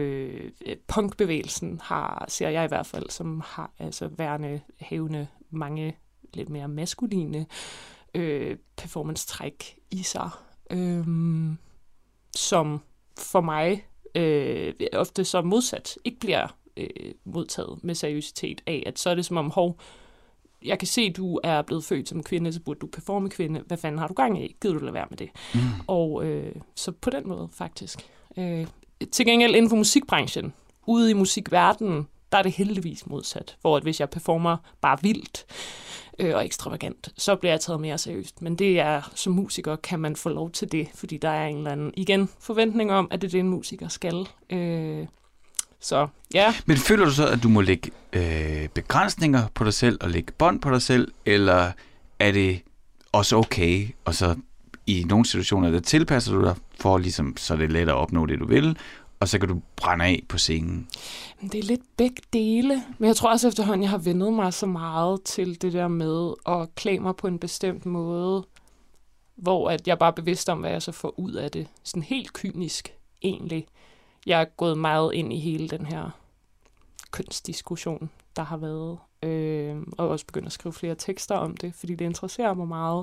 Speaker 3: punkbevægelsen ser jeg i hvert fald, som har altså hævende mange lidt mere maskuline performance-træk i sig, som for mig ofte så modsat ikke bliver modtaget med seriøsitet af, at så er det som om, jeg kan se, at du er blevet født som kvinde, så burde du performe kvinde. Hvad fanden har du gang i? Gider du lade være med det? Og så på den måde faktisk. Til gengæld inden for musikbranchen, ude i musikverdenen, der er det heldigvis modsat. Hvor at hvis jeg performer bare vildt og ekstravagant, så bliver jeg taget mere seriøst. Men det er, som musiker kan man få lov til det, fordi der er en eller anden, igen, forventning om, at det er det, en musiker skal. Så, ja.
Speaker 1: Men føler du så, at du må lægge begrænsninger på dig selv og lægge bånd på dig selv, eller er det også okay, og så i nogle situationer, der tilpasser du dig for ligesom, så er det lettere at opnå det, du vil, og så kan du brænde af på scenen?
Speaker 3: Det er lidt begge dele, men jeg tror også efterhånden, jeg har vendet mig så meget til det der med at klæde mig på en bestemt måde, hvor at jeg bare er bevidst om, hvad jeg så får ud af det. Sådan helt kynisk, egentlig. Jeg er gået meget ind i hele den her kønsdiskussion, der har været, og også begyndt at skrive flere tekster om det, fordi det interesserer mig meget.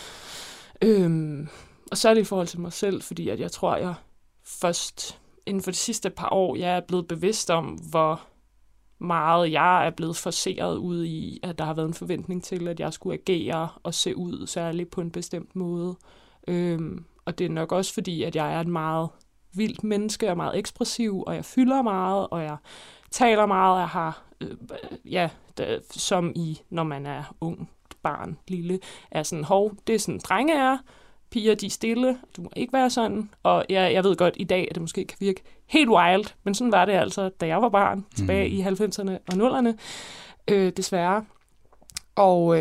Speaker 3: Og så er det i forhold til mig selv, fordi at jeg tror, jeg først inden for de sidste par år, jeg er blevet bevidst om, hvor meget jeg er blevet forceret ud i, at der har været en forventning til, at jeg skulle agere og se ud særligt på en bestemt måde. Og det er nok også fordi, at jeg er et meget vildt menneske, jeg er meget ekspressiv, og jeg fylder meget, og jeg taler meget, jeg har, som i, når man er ung, barn, lille, er sådan, det er sådan, drenge er, piger, de er stille, du må ikke være sådan, og jeg ved godt i dag, at det måske kan virke helt wild, men sådan var det altså, da jeg var barn, tilbage i 90'erne og 0'erne, desværre. Og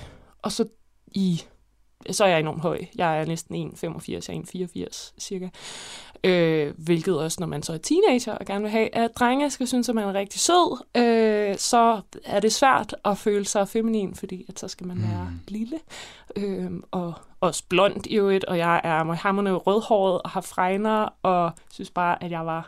Speaker 3: så er jeg enormt høj. Jeg er næsten 1,85, jeg er 1,84 cirka. Hvilket også, når man så er teenager og gerne vil have, at drenge skal synes, at man er rigtig sød, så er det svært at føle sig feminin, fordi at så skal man være lille. Og også blond i øvrigt, og jeg er hamrende rødhåret og har fregner, og synes bare, at jeg var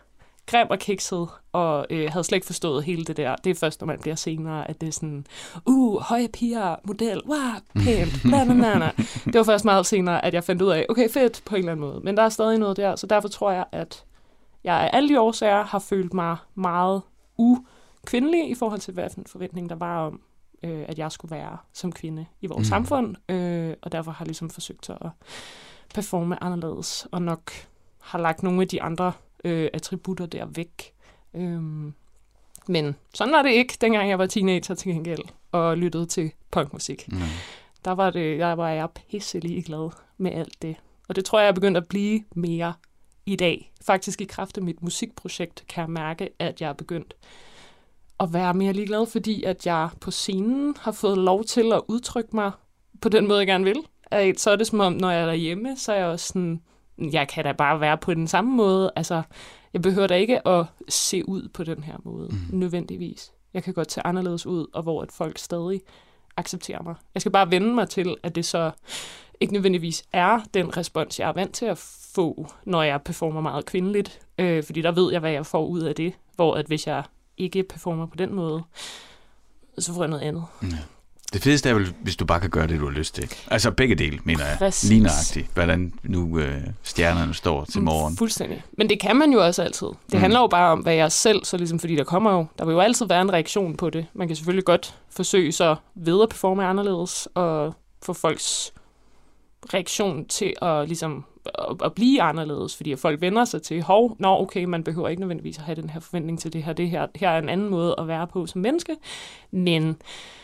Speaker 3: grim og kikset, og havde slet ikke forstået hele det der. Det er først, når man bliver senere, at det er sådan, høje piger, model, pænt, bla. Det var først meget senere, at jeg fandt ud af, okay, fedt på en eller anden måde. Men der er stadig noget der, så derfor tror jeg, at jeg af alle de årsager har følt mig meget ukvindelig i forhold til, hvad for en forventning der var om, at jeg skulle være som kvinde i vores samfund, og derfor har jeg ligesom forsøgt at performe anderledes, og nok har lagt nogle af de andre attributter der væk. Men sådan var det ikke, dengang jeg var teenager til gengæld, og lyttede til punkmusik. Der var jeg pisselig glad med alt det. Og det tror jeg er begyndt at blive mere i dag. Faktisk i kraft af mit musikprojekt kan jeg mærke, at jeg er begyndt at være mere ligeglad, fordi at jeg på scenen har fået lov til at udtrykke mig på den måde, jeg gerne vil. Så er det som om, når jeg er derhjemme, så er jeg også sådan, jeg kan da bare være på den samme måde. Altså, jeg behøver da ikke at se ud på den her måde, nødvendigvis. Jeg kan godt tage anderledes ud, og hvor at folk stadig accepterer mig. Jeg skal bare vende mig til, at det så ikke nødvendigvis er den respons, jeg er vant til at få, når jeg performer meget kvindeligt. Fordi der ved jeg, hvad jeg får ud af det. Hvor at hvis jeg ikke performer på den måde, så får jeg noget andet. Ja.
Speaker 1: Det fedeste er vel, hvis du bare kan gøre det, du har lyst til. Altså begge dele, mener jeg.
Speaker 3: Præcis.
Speaker 1: Ligneragtigt. Hvordan nu stjernerne står til morgen.
Speaker 3: Fuldstændig. Men det kan man jo også altid. Det handler jo bare om, hvad jeg selv, så ligesom fordi der vil jo altid være en reaktion på det. Man kan selvfølgelig godt forsøge så ved at performe anderledes, og få folks reaktion til at ligesom at blive anderledes, fordi folk vender sig til, okay, man behøver ikke nødvendigvis at have den her forventning til det her. Her er en anden måde at være på som menneske, men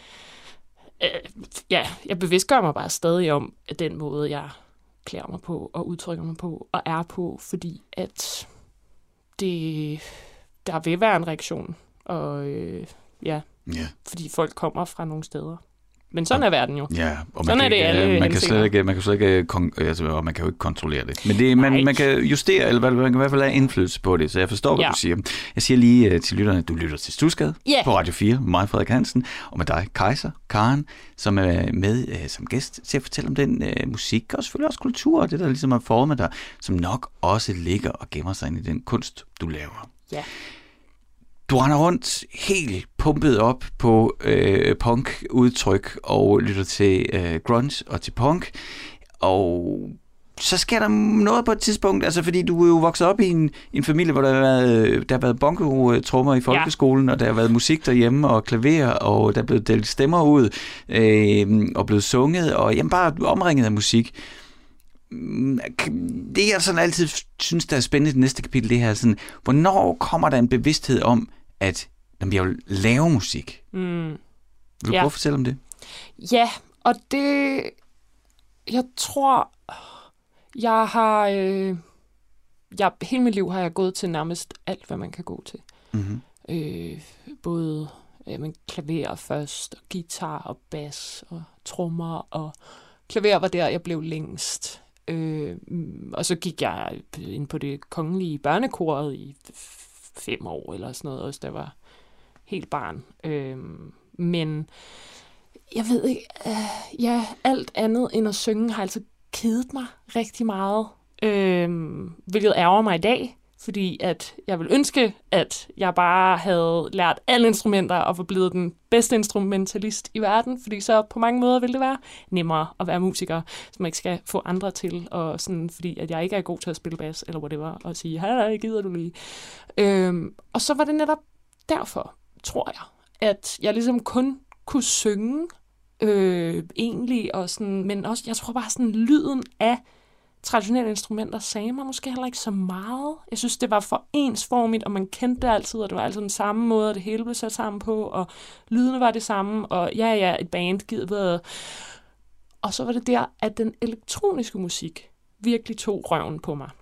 Speaker 3: jeg bevidstgør mig bare stadig om at den måde, jeg klæder mig på og udtrykker mig på og er på, fordi at der vil være en reaktion, og fordi folk kommer fra nogle steder. Men sådan er verden jo.
Speaker 1: Ja, og
Speaker 3: sådan er det alle
Speaker 1: man kan slet ikke, man kan jo ikke kontrollere det. Men man kan justere, eller man kan i hvert fald have indflydelse på det, så jeg forstår, hvad du siger. Jeg siger lige til lytterne, at du lytter til Studsgade på Radio 4, med mig, Frederik Hansen, og med dig, Karen, som er med som gæst til at fortælle om den musik, og selvfølgelig også kultur, og det der ligesom har formet dig, som nok også ligger og gemmer sig ind i den kunst, du laver.
Speaker 3: Ja.
Speaker 1: Du render rundt helt pumpet op på punk-udtryk og lytter til grunge og til punk. Og så sker der noget på et tidspunkt, altså fordi du er jo vokset op i en familie, hvor der har været bongo-trommer i folkeskolen, og der har været musik derhjemme og klaver, og der er blevet delt stemmer ud og blevet sunget, og bare omringet af musik. Det jeg sådan altid synes, der er spændende i det næste kapitel, det her sådan, hvornår kommer der en bevidsthed om, at jeg vil lave musik? Vil du prøve at fortælle om det?
Speaker 3: Ja, og det, jeg tror, jeg har, hele mit liv har jeg gået til nærmest alt, hvad man kan gå til. Både klaver først, og guitar og bas og trommer, og klaver var der, jeg blev længst. Og så gik jeg ind på det kongelige børnekoret i 5 år eller sådan noget, også da jeg var helt barn. Men jeg ved ikke, alt andet end at synge har altid kedet mig rigtig meget, hvilket ærger mig i dag, fordi at jeg vil ønske, at jeg bare havde lært alle instrumenter og var blevet den bedste instrumentalist i verden, fordi så på mange måder ville det være nemmere at være musiker, så man ikke skal få andre til, og sådan, fordi at jeg ikke er god til at spille bas, eller whatever, og sige, hej, gider du lige. Og så var det netop derfor, tror jeg, at jeg ligesom kun kunne synge egentlig, og sådan, men også, jeg tror bare sådan lyden af traditionelle instrumenter sagde mig måske heller ikke så meget. Jeg synes, det var for ensformigt, og man kendte det altid, og det var altid den samme måde, og det hele blev sat sammen på, og lydene var det samme, og et band givet. Og så var det der, at den elektroniske musik virkelig tog røven på mig.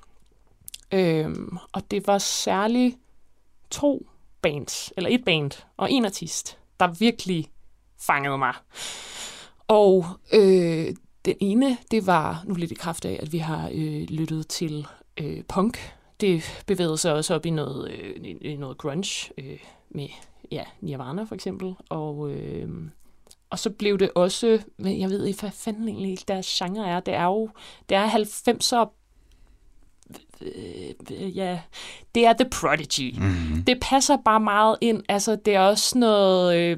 Speaker 3: Og det var særligt 2 bands, eller 1 band, og 1 artist, der virkelig fangede mig. Og den ene, det var nu lidt i kraft af, at vi har lyttet til punk. Det bevægede sig også op i noget grunge med Nirvana for eksempel. Og så blev det også, jeg ved ikke, hvad fanden egentlig deres genre er. Det er 90'er det er The Prodigy. Mm-hmm. Det passer bare meget ind. Altså, det er også noget...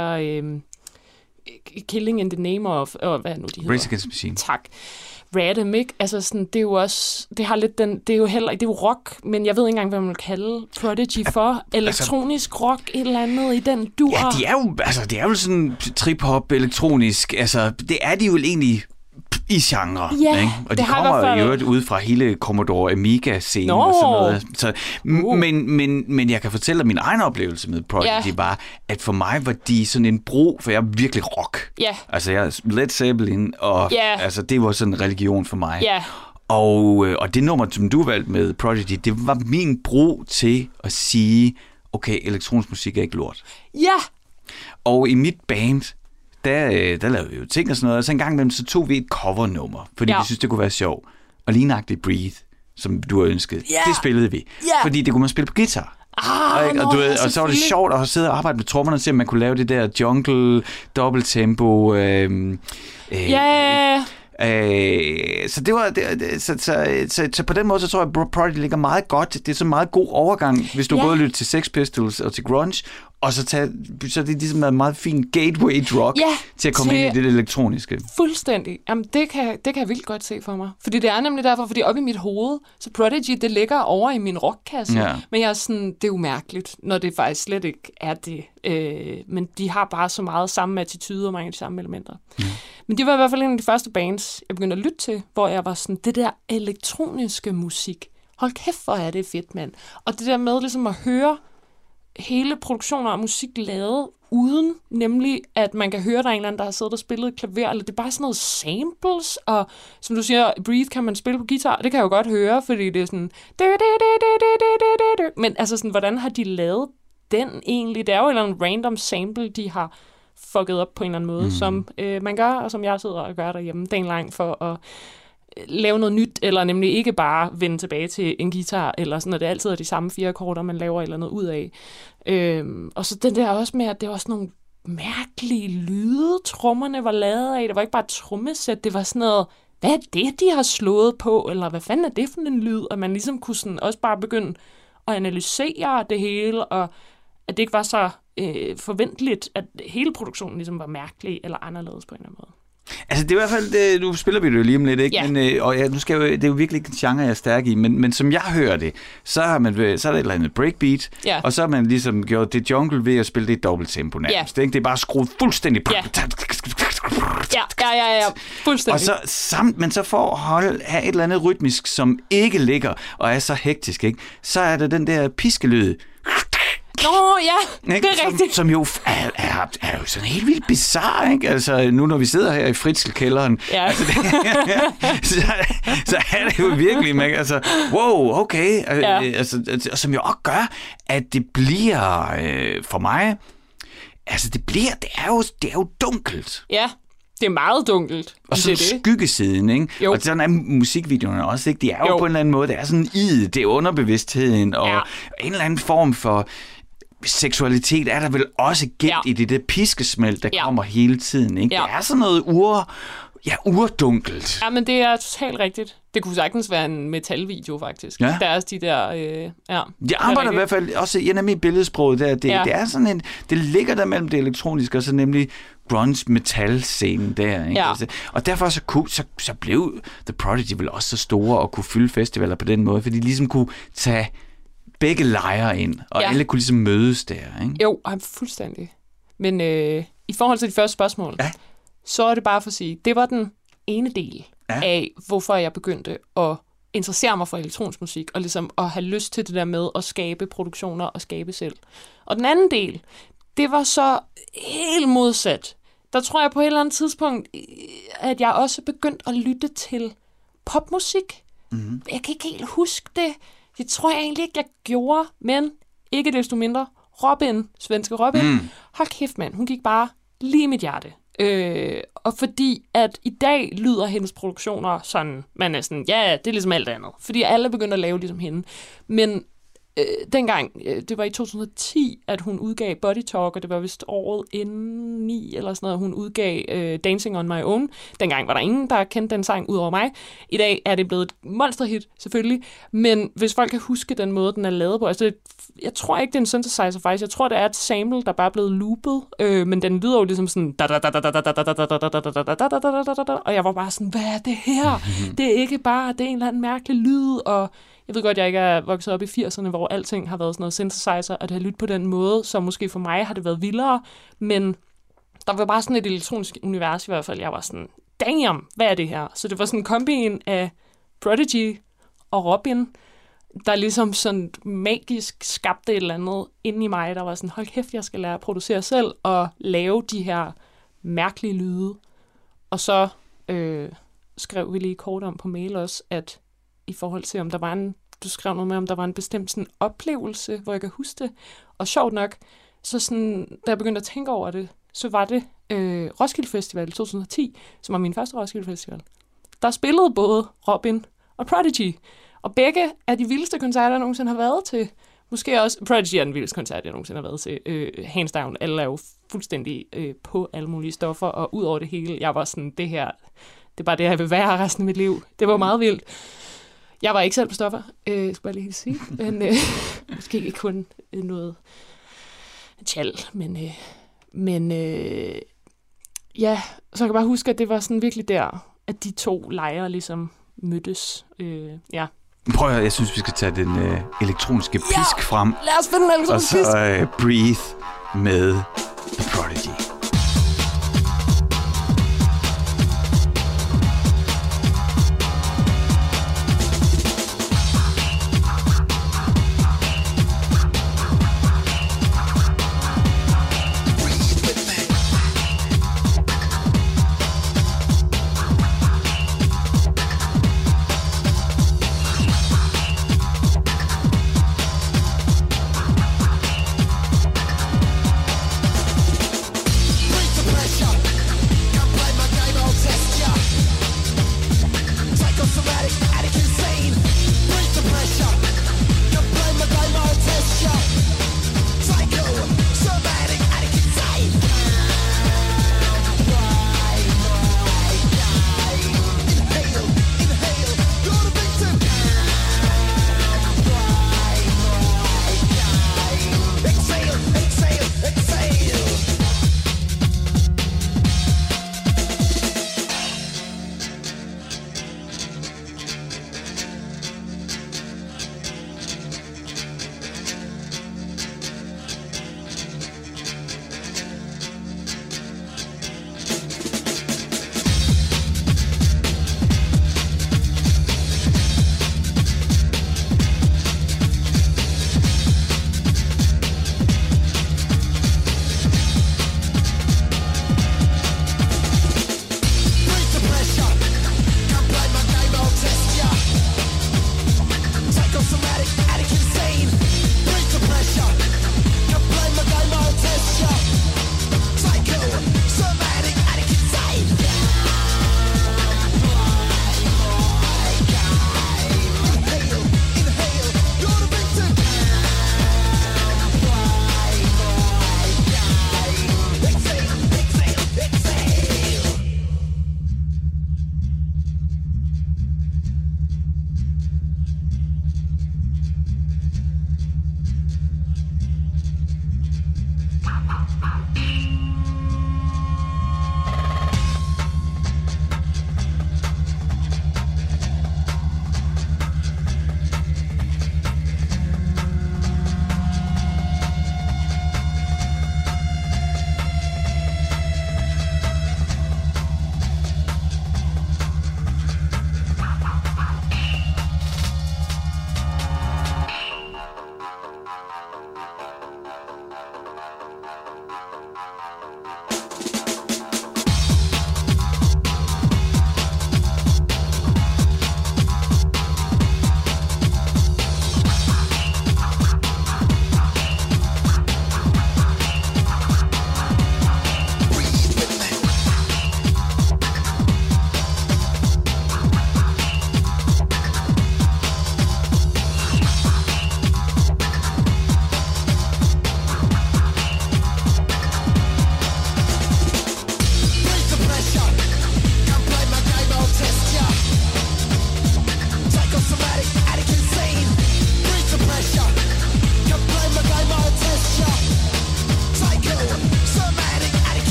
Speaker 3: Killing in the Name of... hvad nu de hedder?
Speaker 1: Rage Against the Machine.
Speaker 3: Tak. Random, ikke? Altså sådan, det er jo også... Det har lidt den... Det er jo heller... Det er jo rock, men jeg ved ikke engang, hvad man vil kalde Prodigy for. Elektronisk rock, et eller andet i den dur.
Speaker 1: Ja, det er jo sådan trip-hop, elektronisk. Altså, det er de jo egentlig i genre, ikke? Og de kommer jo fald... ud fra hele Commodore Amiga-scenen og sådan noget. Så, men jeg kan fortælle, at min egen oplevelse med Prodigy var, at for mig var de sådan en bro, for jeg er virkelig rock. Altså, jeg er Led Zeppelin, og altså, det var sådan en religion for mig. Og det nummer, som du valgte med Prodigy, det var min bro til at sige, okay, elektronisk musik er ikke lort. Og i mit band, der lavede vi jo ting og sådan noget, og så en gang imellem, så tog vi et covernummer, fordi vi synes, det kunne være sjovt. Og lignagtigt Breathe, som du har ønsket, det spillede vi. Fordi det kunne man spille på guitar. Og så var det sjovt at sidde og arbejde med trommerne og se, om man kunne lave det der jungle, dobbelttempo. Så det var så på den måde, så tror jeg, at Prodigy ligger meget godt. Det er så en meget god overgang, hvis du både lytter til Sex Pistols og til grunge, og så er det ligesom en meget fin gateway drug til at komme ind i det elektroniske.
Speaker 3: Fuldstændig. Jamen, det kan jeg vildt godt se for mig. Fordi det er nemlig derfor, fordi op i mit hoved, så Prodigy, det ligger over i min rockkasse. Men jeg er sådan, det er jo mærkeligt, når det faktisk slet ikke er det. Men de har bare så meget samme attitude og mange af de samme elementer. Men det var i hvert fald en af de første bands, jeg begyndte at lytte til, hvor jeg var sådan, det der elektroniske musik, hold kæft, hvor er det fedt, mand. Og det der med ligesom at høre hele produktioner af musik lavet uden, nemlig at man kan høre, der er en eller anden, der har siddet og spillet klaver, eller det er bare sådan noget samples, og som du siger, Breathe kan man spille på guitar, det kan jeg jo godt høre, fordi det er sådan, men altså sådan, hvordan har de lavet den egentlig? Det er jo en eller anden random sample, de har fucket op på en eller anden måde, som man gør, og som jeg sidder og gør derhjemme dagen lang for at lave noget nyt, eller nemlig ikke bare vende tilbage til en guitar, eller sådan, at det altid er de samme 4 akkorder, man laver eller noget ud af. Og så den der også med, at det var sådan nogle mærkelige lyde, trommerne var lavet af. Det var ikke bare et trommesæt, det var sådan noget, hvad er det, de har slået på, eller hvad fanden er det for en lyd? Og man ligesom kunne sådan også bare begynde at analysere det hele, og at det ikke var så forventeligt, at hele produktionen ligesom var mærkelig eller anderledes på en eller anden måde.
Speaker 1: Altså det er i hvert fald, nu spiller vi det jo lige om lidt, ikke?
Speaker 3: Ja.
Speaker 1: Men, nu skal det er jo virkelig ikke en genre, jeg er stærk i, men som jeg hører det, så er der et eller andet breakbeat, og så har man ligesom gjort det jungle ved at spille det i dobbelt tempo nærmest, ikke? Det er bare skruet fuldstændig på.
Speaker 3: Ja, fuldstændig.
Speaker 1: Og så men så for at have et eller andet rytmisk, som ikke ligger og er så hektisk, ikke? Så er der den der piskelyd.
Speaker 3: Nå, ja, det er rigtigt.
Speaker 1: Som jo er jo sådan helt vildt bizarre, ikke? Altså, nu når vi sidder her i Fritzl-kælderen, altså, så er det jo virkelig, altså, wow, okay. Altså, som jo også gør, at det bliver, for mig, altså, det er jo dunkelt.
Speaker 3: Ja. Det er meget dunkelt.
Speaker 1: Og så skyggesiden, ikke? Jo. Og sådan er musikvideoerne også, ikke? De er jo på en eller anden måde, det er sådan det er underbevidstheden, og en eller anden form for seksualitet er der vel også gemt i det piskesmæld, der kommer hele tiden, ikke? Det er sådan noget urdunkelt.
Speaker 3: Ja, men det er totalt rigtigt. Det kunne sagtens være en metalvideo, faktisk. Der er også de der...
Speaker 1: Jeg arbejder i hvert fald også i mit billedsprog der. Det er sådan det ligger der mellem det elektroniske og så nemlig grunge metal-scenen der. Ikke? Altså, og derfor så blev The Prodigy vel også så store og kunne fylde festivaler på den måde, fordi de ligesom kunne tage begge lejre ind, og alle kunne ligesom mødes der. Ikke?
Speaker 3: Jo, fuldstændig. Men i forhold til de første spørgsmål, så er det bare for at sige, det var den ene del af, hvorfor jeg begyndte at interessere mig for elektronisk musik, og ligesom at have lyst til det der med at skabe produktioner og skabe selv. Og den anden del, det var så helt modsat. Der tror jeg på et eller andet tidspunkt, at jeg også begyndte at lytte til popmusik. Mm-hmm. Jeg kan ikke helt huske det. Det tror jeg egentlig ikke, jeg gjorde, men ikke desto mindre. Svenske Robin, hold kæft mand, hun gik bare lige i mit hjerte. Og fordi at i dag lyder hendes produktioner sådan, man er sådan, det er ligesom alt andet. Fordi alle begynder at lave ligesom hende. Men dengang, det var i 2010, at hun udgav Body Talk, og det var vist året inden 9 eller sådan noget, hun udgav Dancing on My Own. Dengang var der ingen, der kendte den sang ud over mig. I dag er det blevet et monsterhit, selvfølgelig. Men hvis folk kan huske den måde, den er lavet på, altså jeg tror ikke, det er en synthesizer faktisk. Jeg tror, det er et sample, der bare er blevet loopet, men den lyder jo ligesom sådan og jeg var bare sådan, hvad er det her? Det er ikke bare, det er en eller anden mærkelig lyd, og jeg ved godt, jeg ikke er vokset op i 80'erne, hvor alting har været sådan noget synthesizer, og det har lyttet på den måde, så måske for mig har det været vildere, men der var bare sådan et elektronisk univers i hvert fald. Jeg var sådan, damn, hvad er det her? Så det var sådan en kombin af Prodigy og Robin, der ligesom sådan magisk skabte et eller andet inde i mig, der var sådan, hold kæft, jeg skal lære at producere selv, og lave de her mærkelige lyde. Og så skrev vi lige kort om på mail også, at i forhold til, om der var du skrev noget med, om der var en bestemt sådan oplevelse, hvor jeg kan huske det. Og sjovt nok, så sådan, da jeg begyndte at tænke over det, så var det Roskilde Festival 2010, som var min første Roskilde Festival. Der spillede både Robin og Prodigy. Og begge er de vildeste koncerter, jeg nogensinde har været til. Måske også Prodigy er den vildeste koncert, jeg nogensinde har været til. Hands down. Alle er jo fuldstændig på alle mulige stoffer. Og ud over det hele, jeg var sådan, det her, det er bare det, jeg vil være resten af mit liv. Det var meget vildt. Jeg var ikke selv på stoffer, skal jeg lige sige. Men måske ikke kun noget tjal. Men ja, så jeg kan bare huske, at det var sådan virkelig der, at de to lejre ligesom mødtes. Ja.
Speaker 1: Prøv at, jeg synes, vi skal tage den elektroniske pisk frem.
Speaker 3: Lad os finde den elektroniske pisk.
Speaker 1: Og så Breathe med The Prodigy.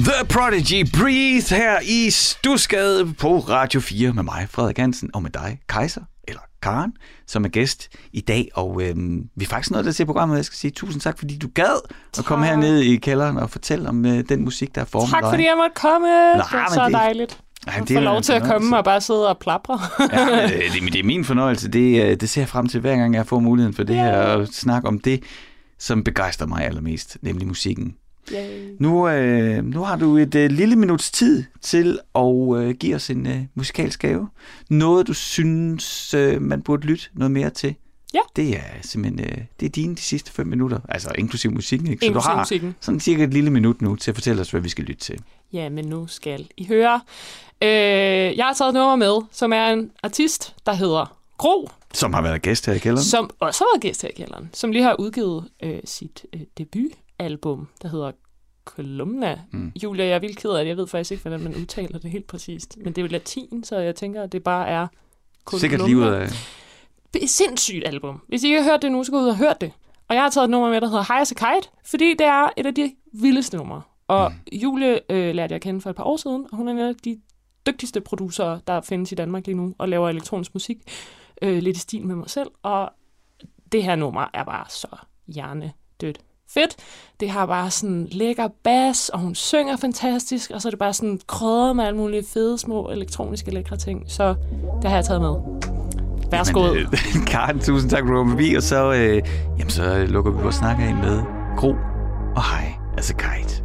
Speaker 1: The Prodigy, Breathe her i Stusgade på Radio 4 med mig, Frederik Hansen, og med dig, Kaiser, eller Karen, som er gæst i dag. Og vi er faktisk nået til programmet, jeg skal sige tusind tak, fordi du gad at komme herned i kælderen og fortælle om den musik, der er formet.
Speaker 3: Tak fordi jeg måtte komme. Det er så dejligt. Jeg får lov til at komme og bare sidde og plapre.
Speaker 1: Ja, det er min fornøjelse. Det ser jeg frem til, hver gang jeg får muligheden for det her, og snakke om det, som begejstrer mig allermest, nemlig musikken. Nu har du et lille minuts tid til at give os en musikalsk gave. Noget, du synes, man burde lytte noget mere til.
Speaker 3: Ja.
Speaker 1: Det er simpelthen det er de sidste 5 minutter, altså inklusive musikken. Ikke? Så
Speaker 3: inklusive
Speaker 1: du har
Speaker 3: musikken.
Speaker 1: Sådan cirka et lille minut nu til at fortælle os, hvad vi skal lytte til.
Speaker 3: Ja, men nu skal I høre. Jeg har taget et nummer med, som er en artist, der hedder Gro.
Speaker 1: Som har været gæst her i kælderen.
Speaker 3: Som også har været gæst her i kælderen. Som lige har udgivet sit debutalbum, der hedder Columna. Julia, jeg er vildt ked af det. Jeg ved faktisk ikke, hvordan man udtaler det helt præcist. Men det er jo latin, så jeg tænker, at det bare er Columna.
Speaker 1: Sikkert livet af...
Speaker 3: Det er et sindssygt album. Hvis I ikke har hørt det nu, så gå ud og hør det. Og jeg har taget et nummer med, der hedder High as a Kite, fordi det er et af de vildeste numre. Og Julie lærte jeg at kende for et par år siden, og hun er en af de dygtigste producerer, der findes i Danmark lige nu, og laver elektronisk musik. Lidt i stil med mig selv. Og det her nummer er bare så hjernedødt fedt. Det har bare sådan lækker bas, og hun synger fantastisk, og så er det bare sådan krydret med alle mulige fede, små elektroniske lækre ting. Så det har jeg taget med. Værsgo.
Speaker 1: Karen, tusind tak for at komme forbi, og så, så lukker vi vores snak af med Gro og High as a Kite.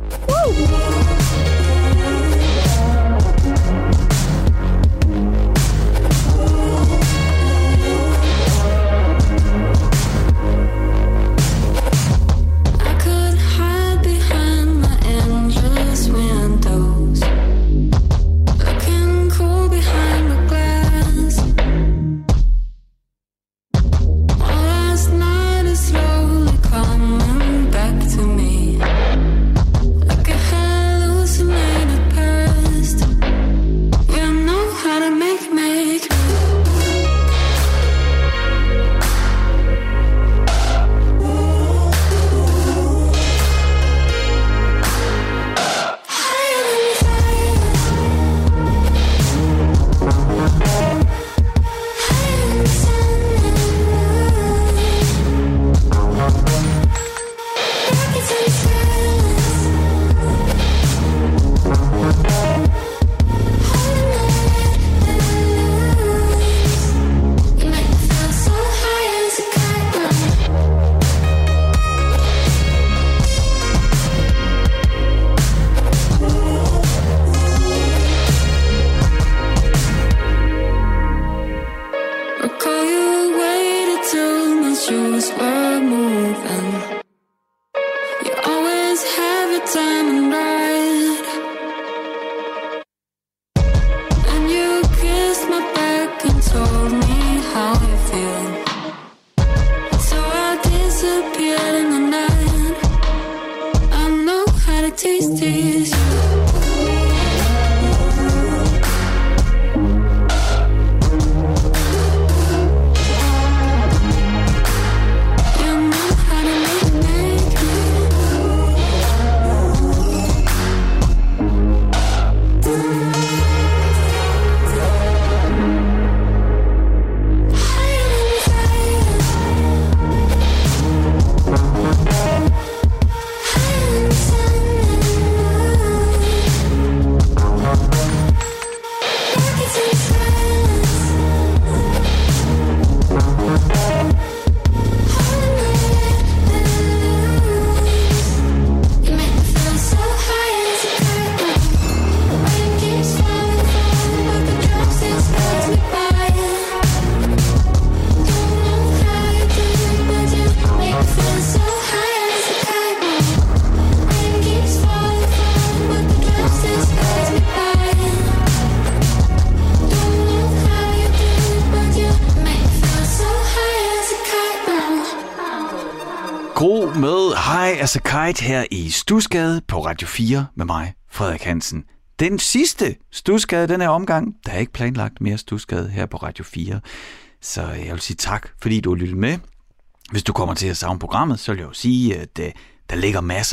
Speaker 1: Gro med High as a Kite her i Stusgade på Radio 4 med mig, Frederik Hansen. Den sidste Stusgade, den her omgang. Der er ikke planlagt mere Stusgade her på Radio 4. Så jeg vil sige tak, fordi du har lyttet med. Hvis du kommer til at savne programmet, så vil jeg jo sige, at der ligger masser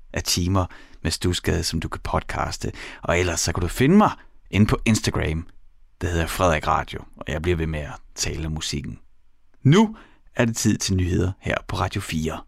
Speaker 1: af timer med Studsgade, som du kan podcaste. Og ellers så kan du finde mig inde på Instagram. Det hedder Frederik Radio, og jeg bliver ved med at tale om musikken. Nu er det tid til nyheder her på Radio 4.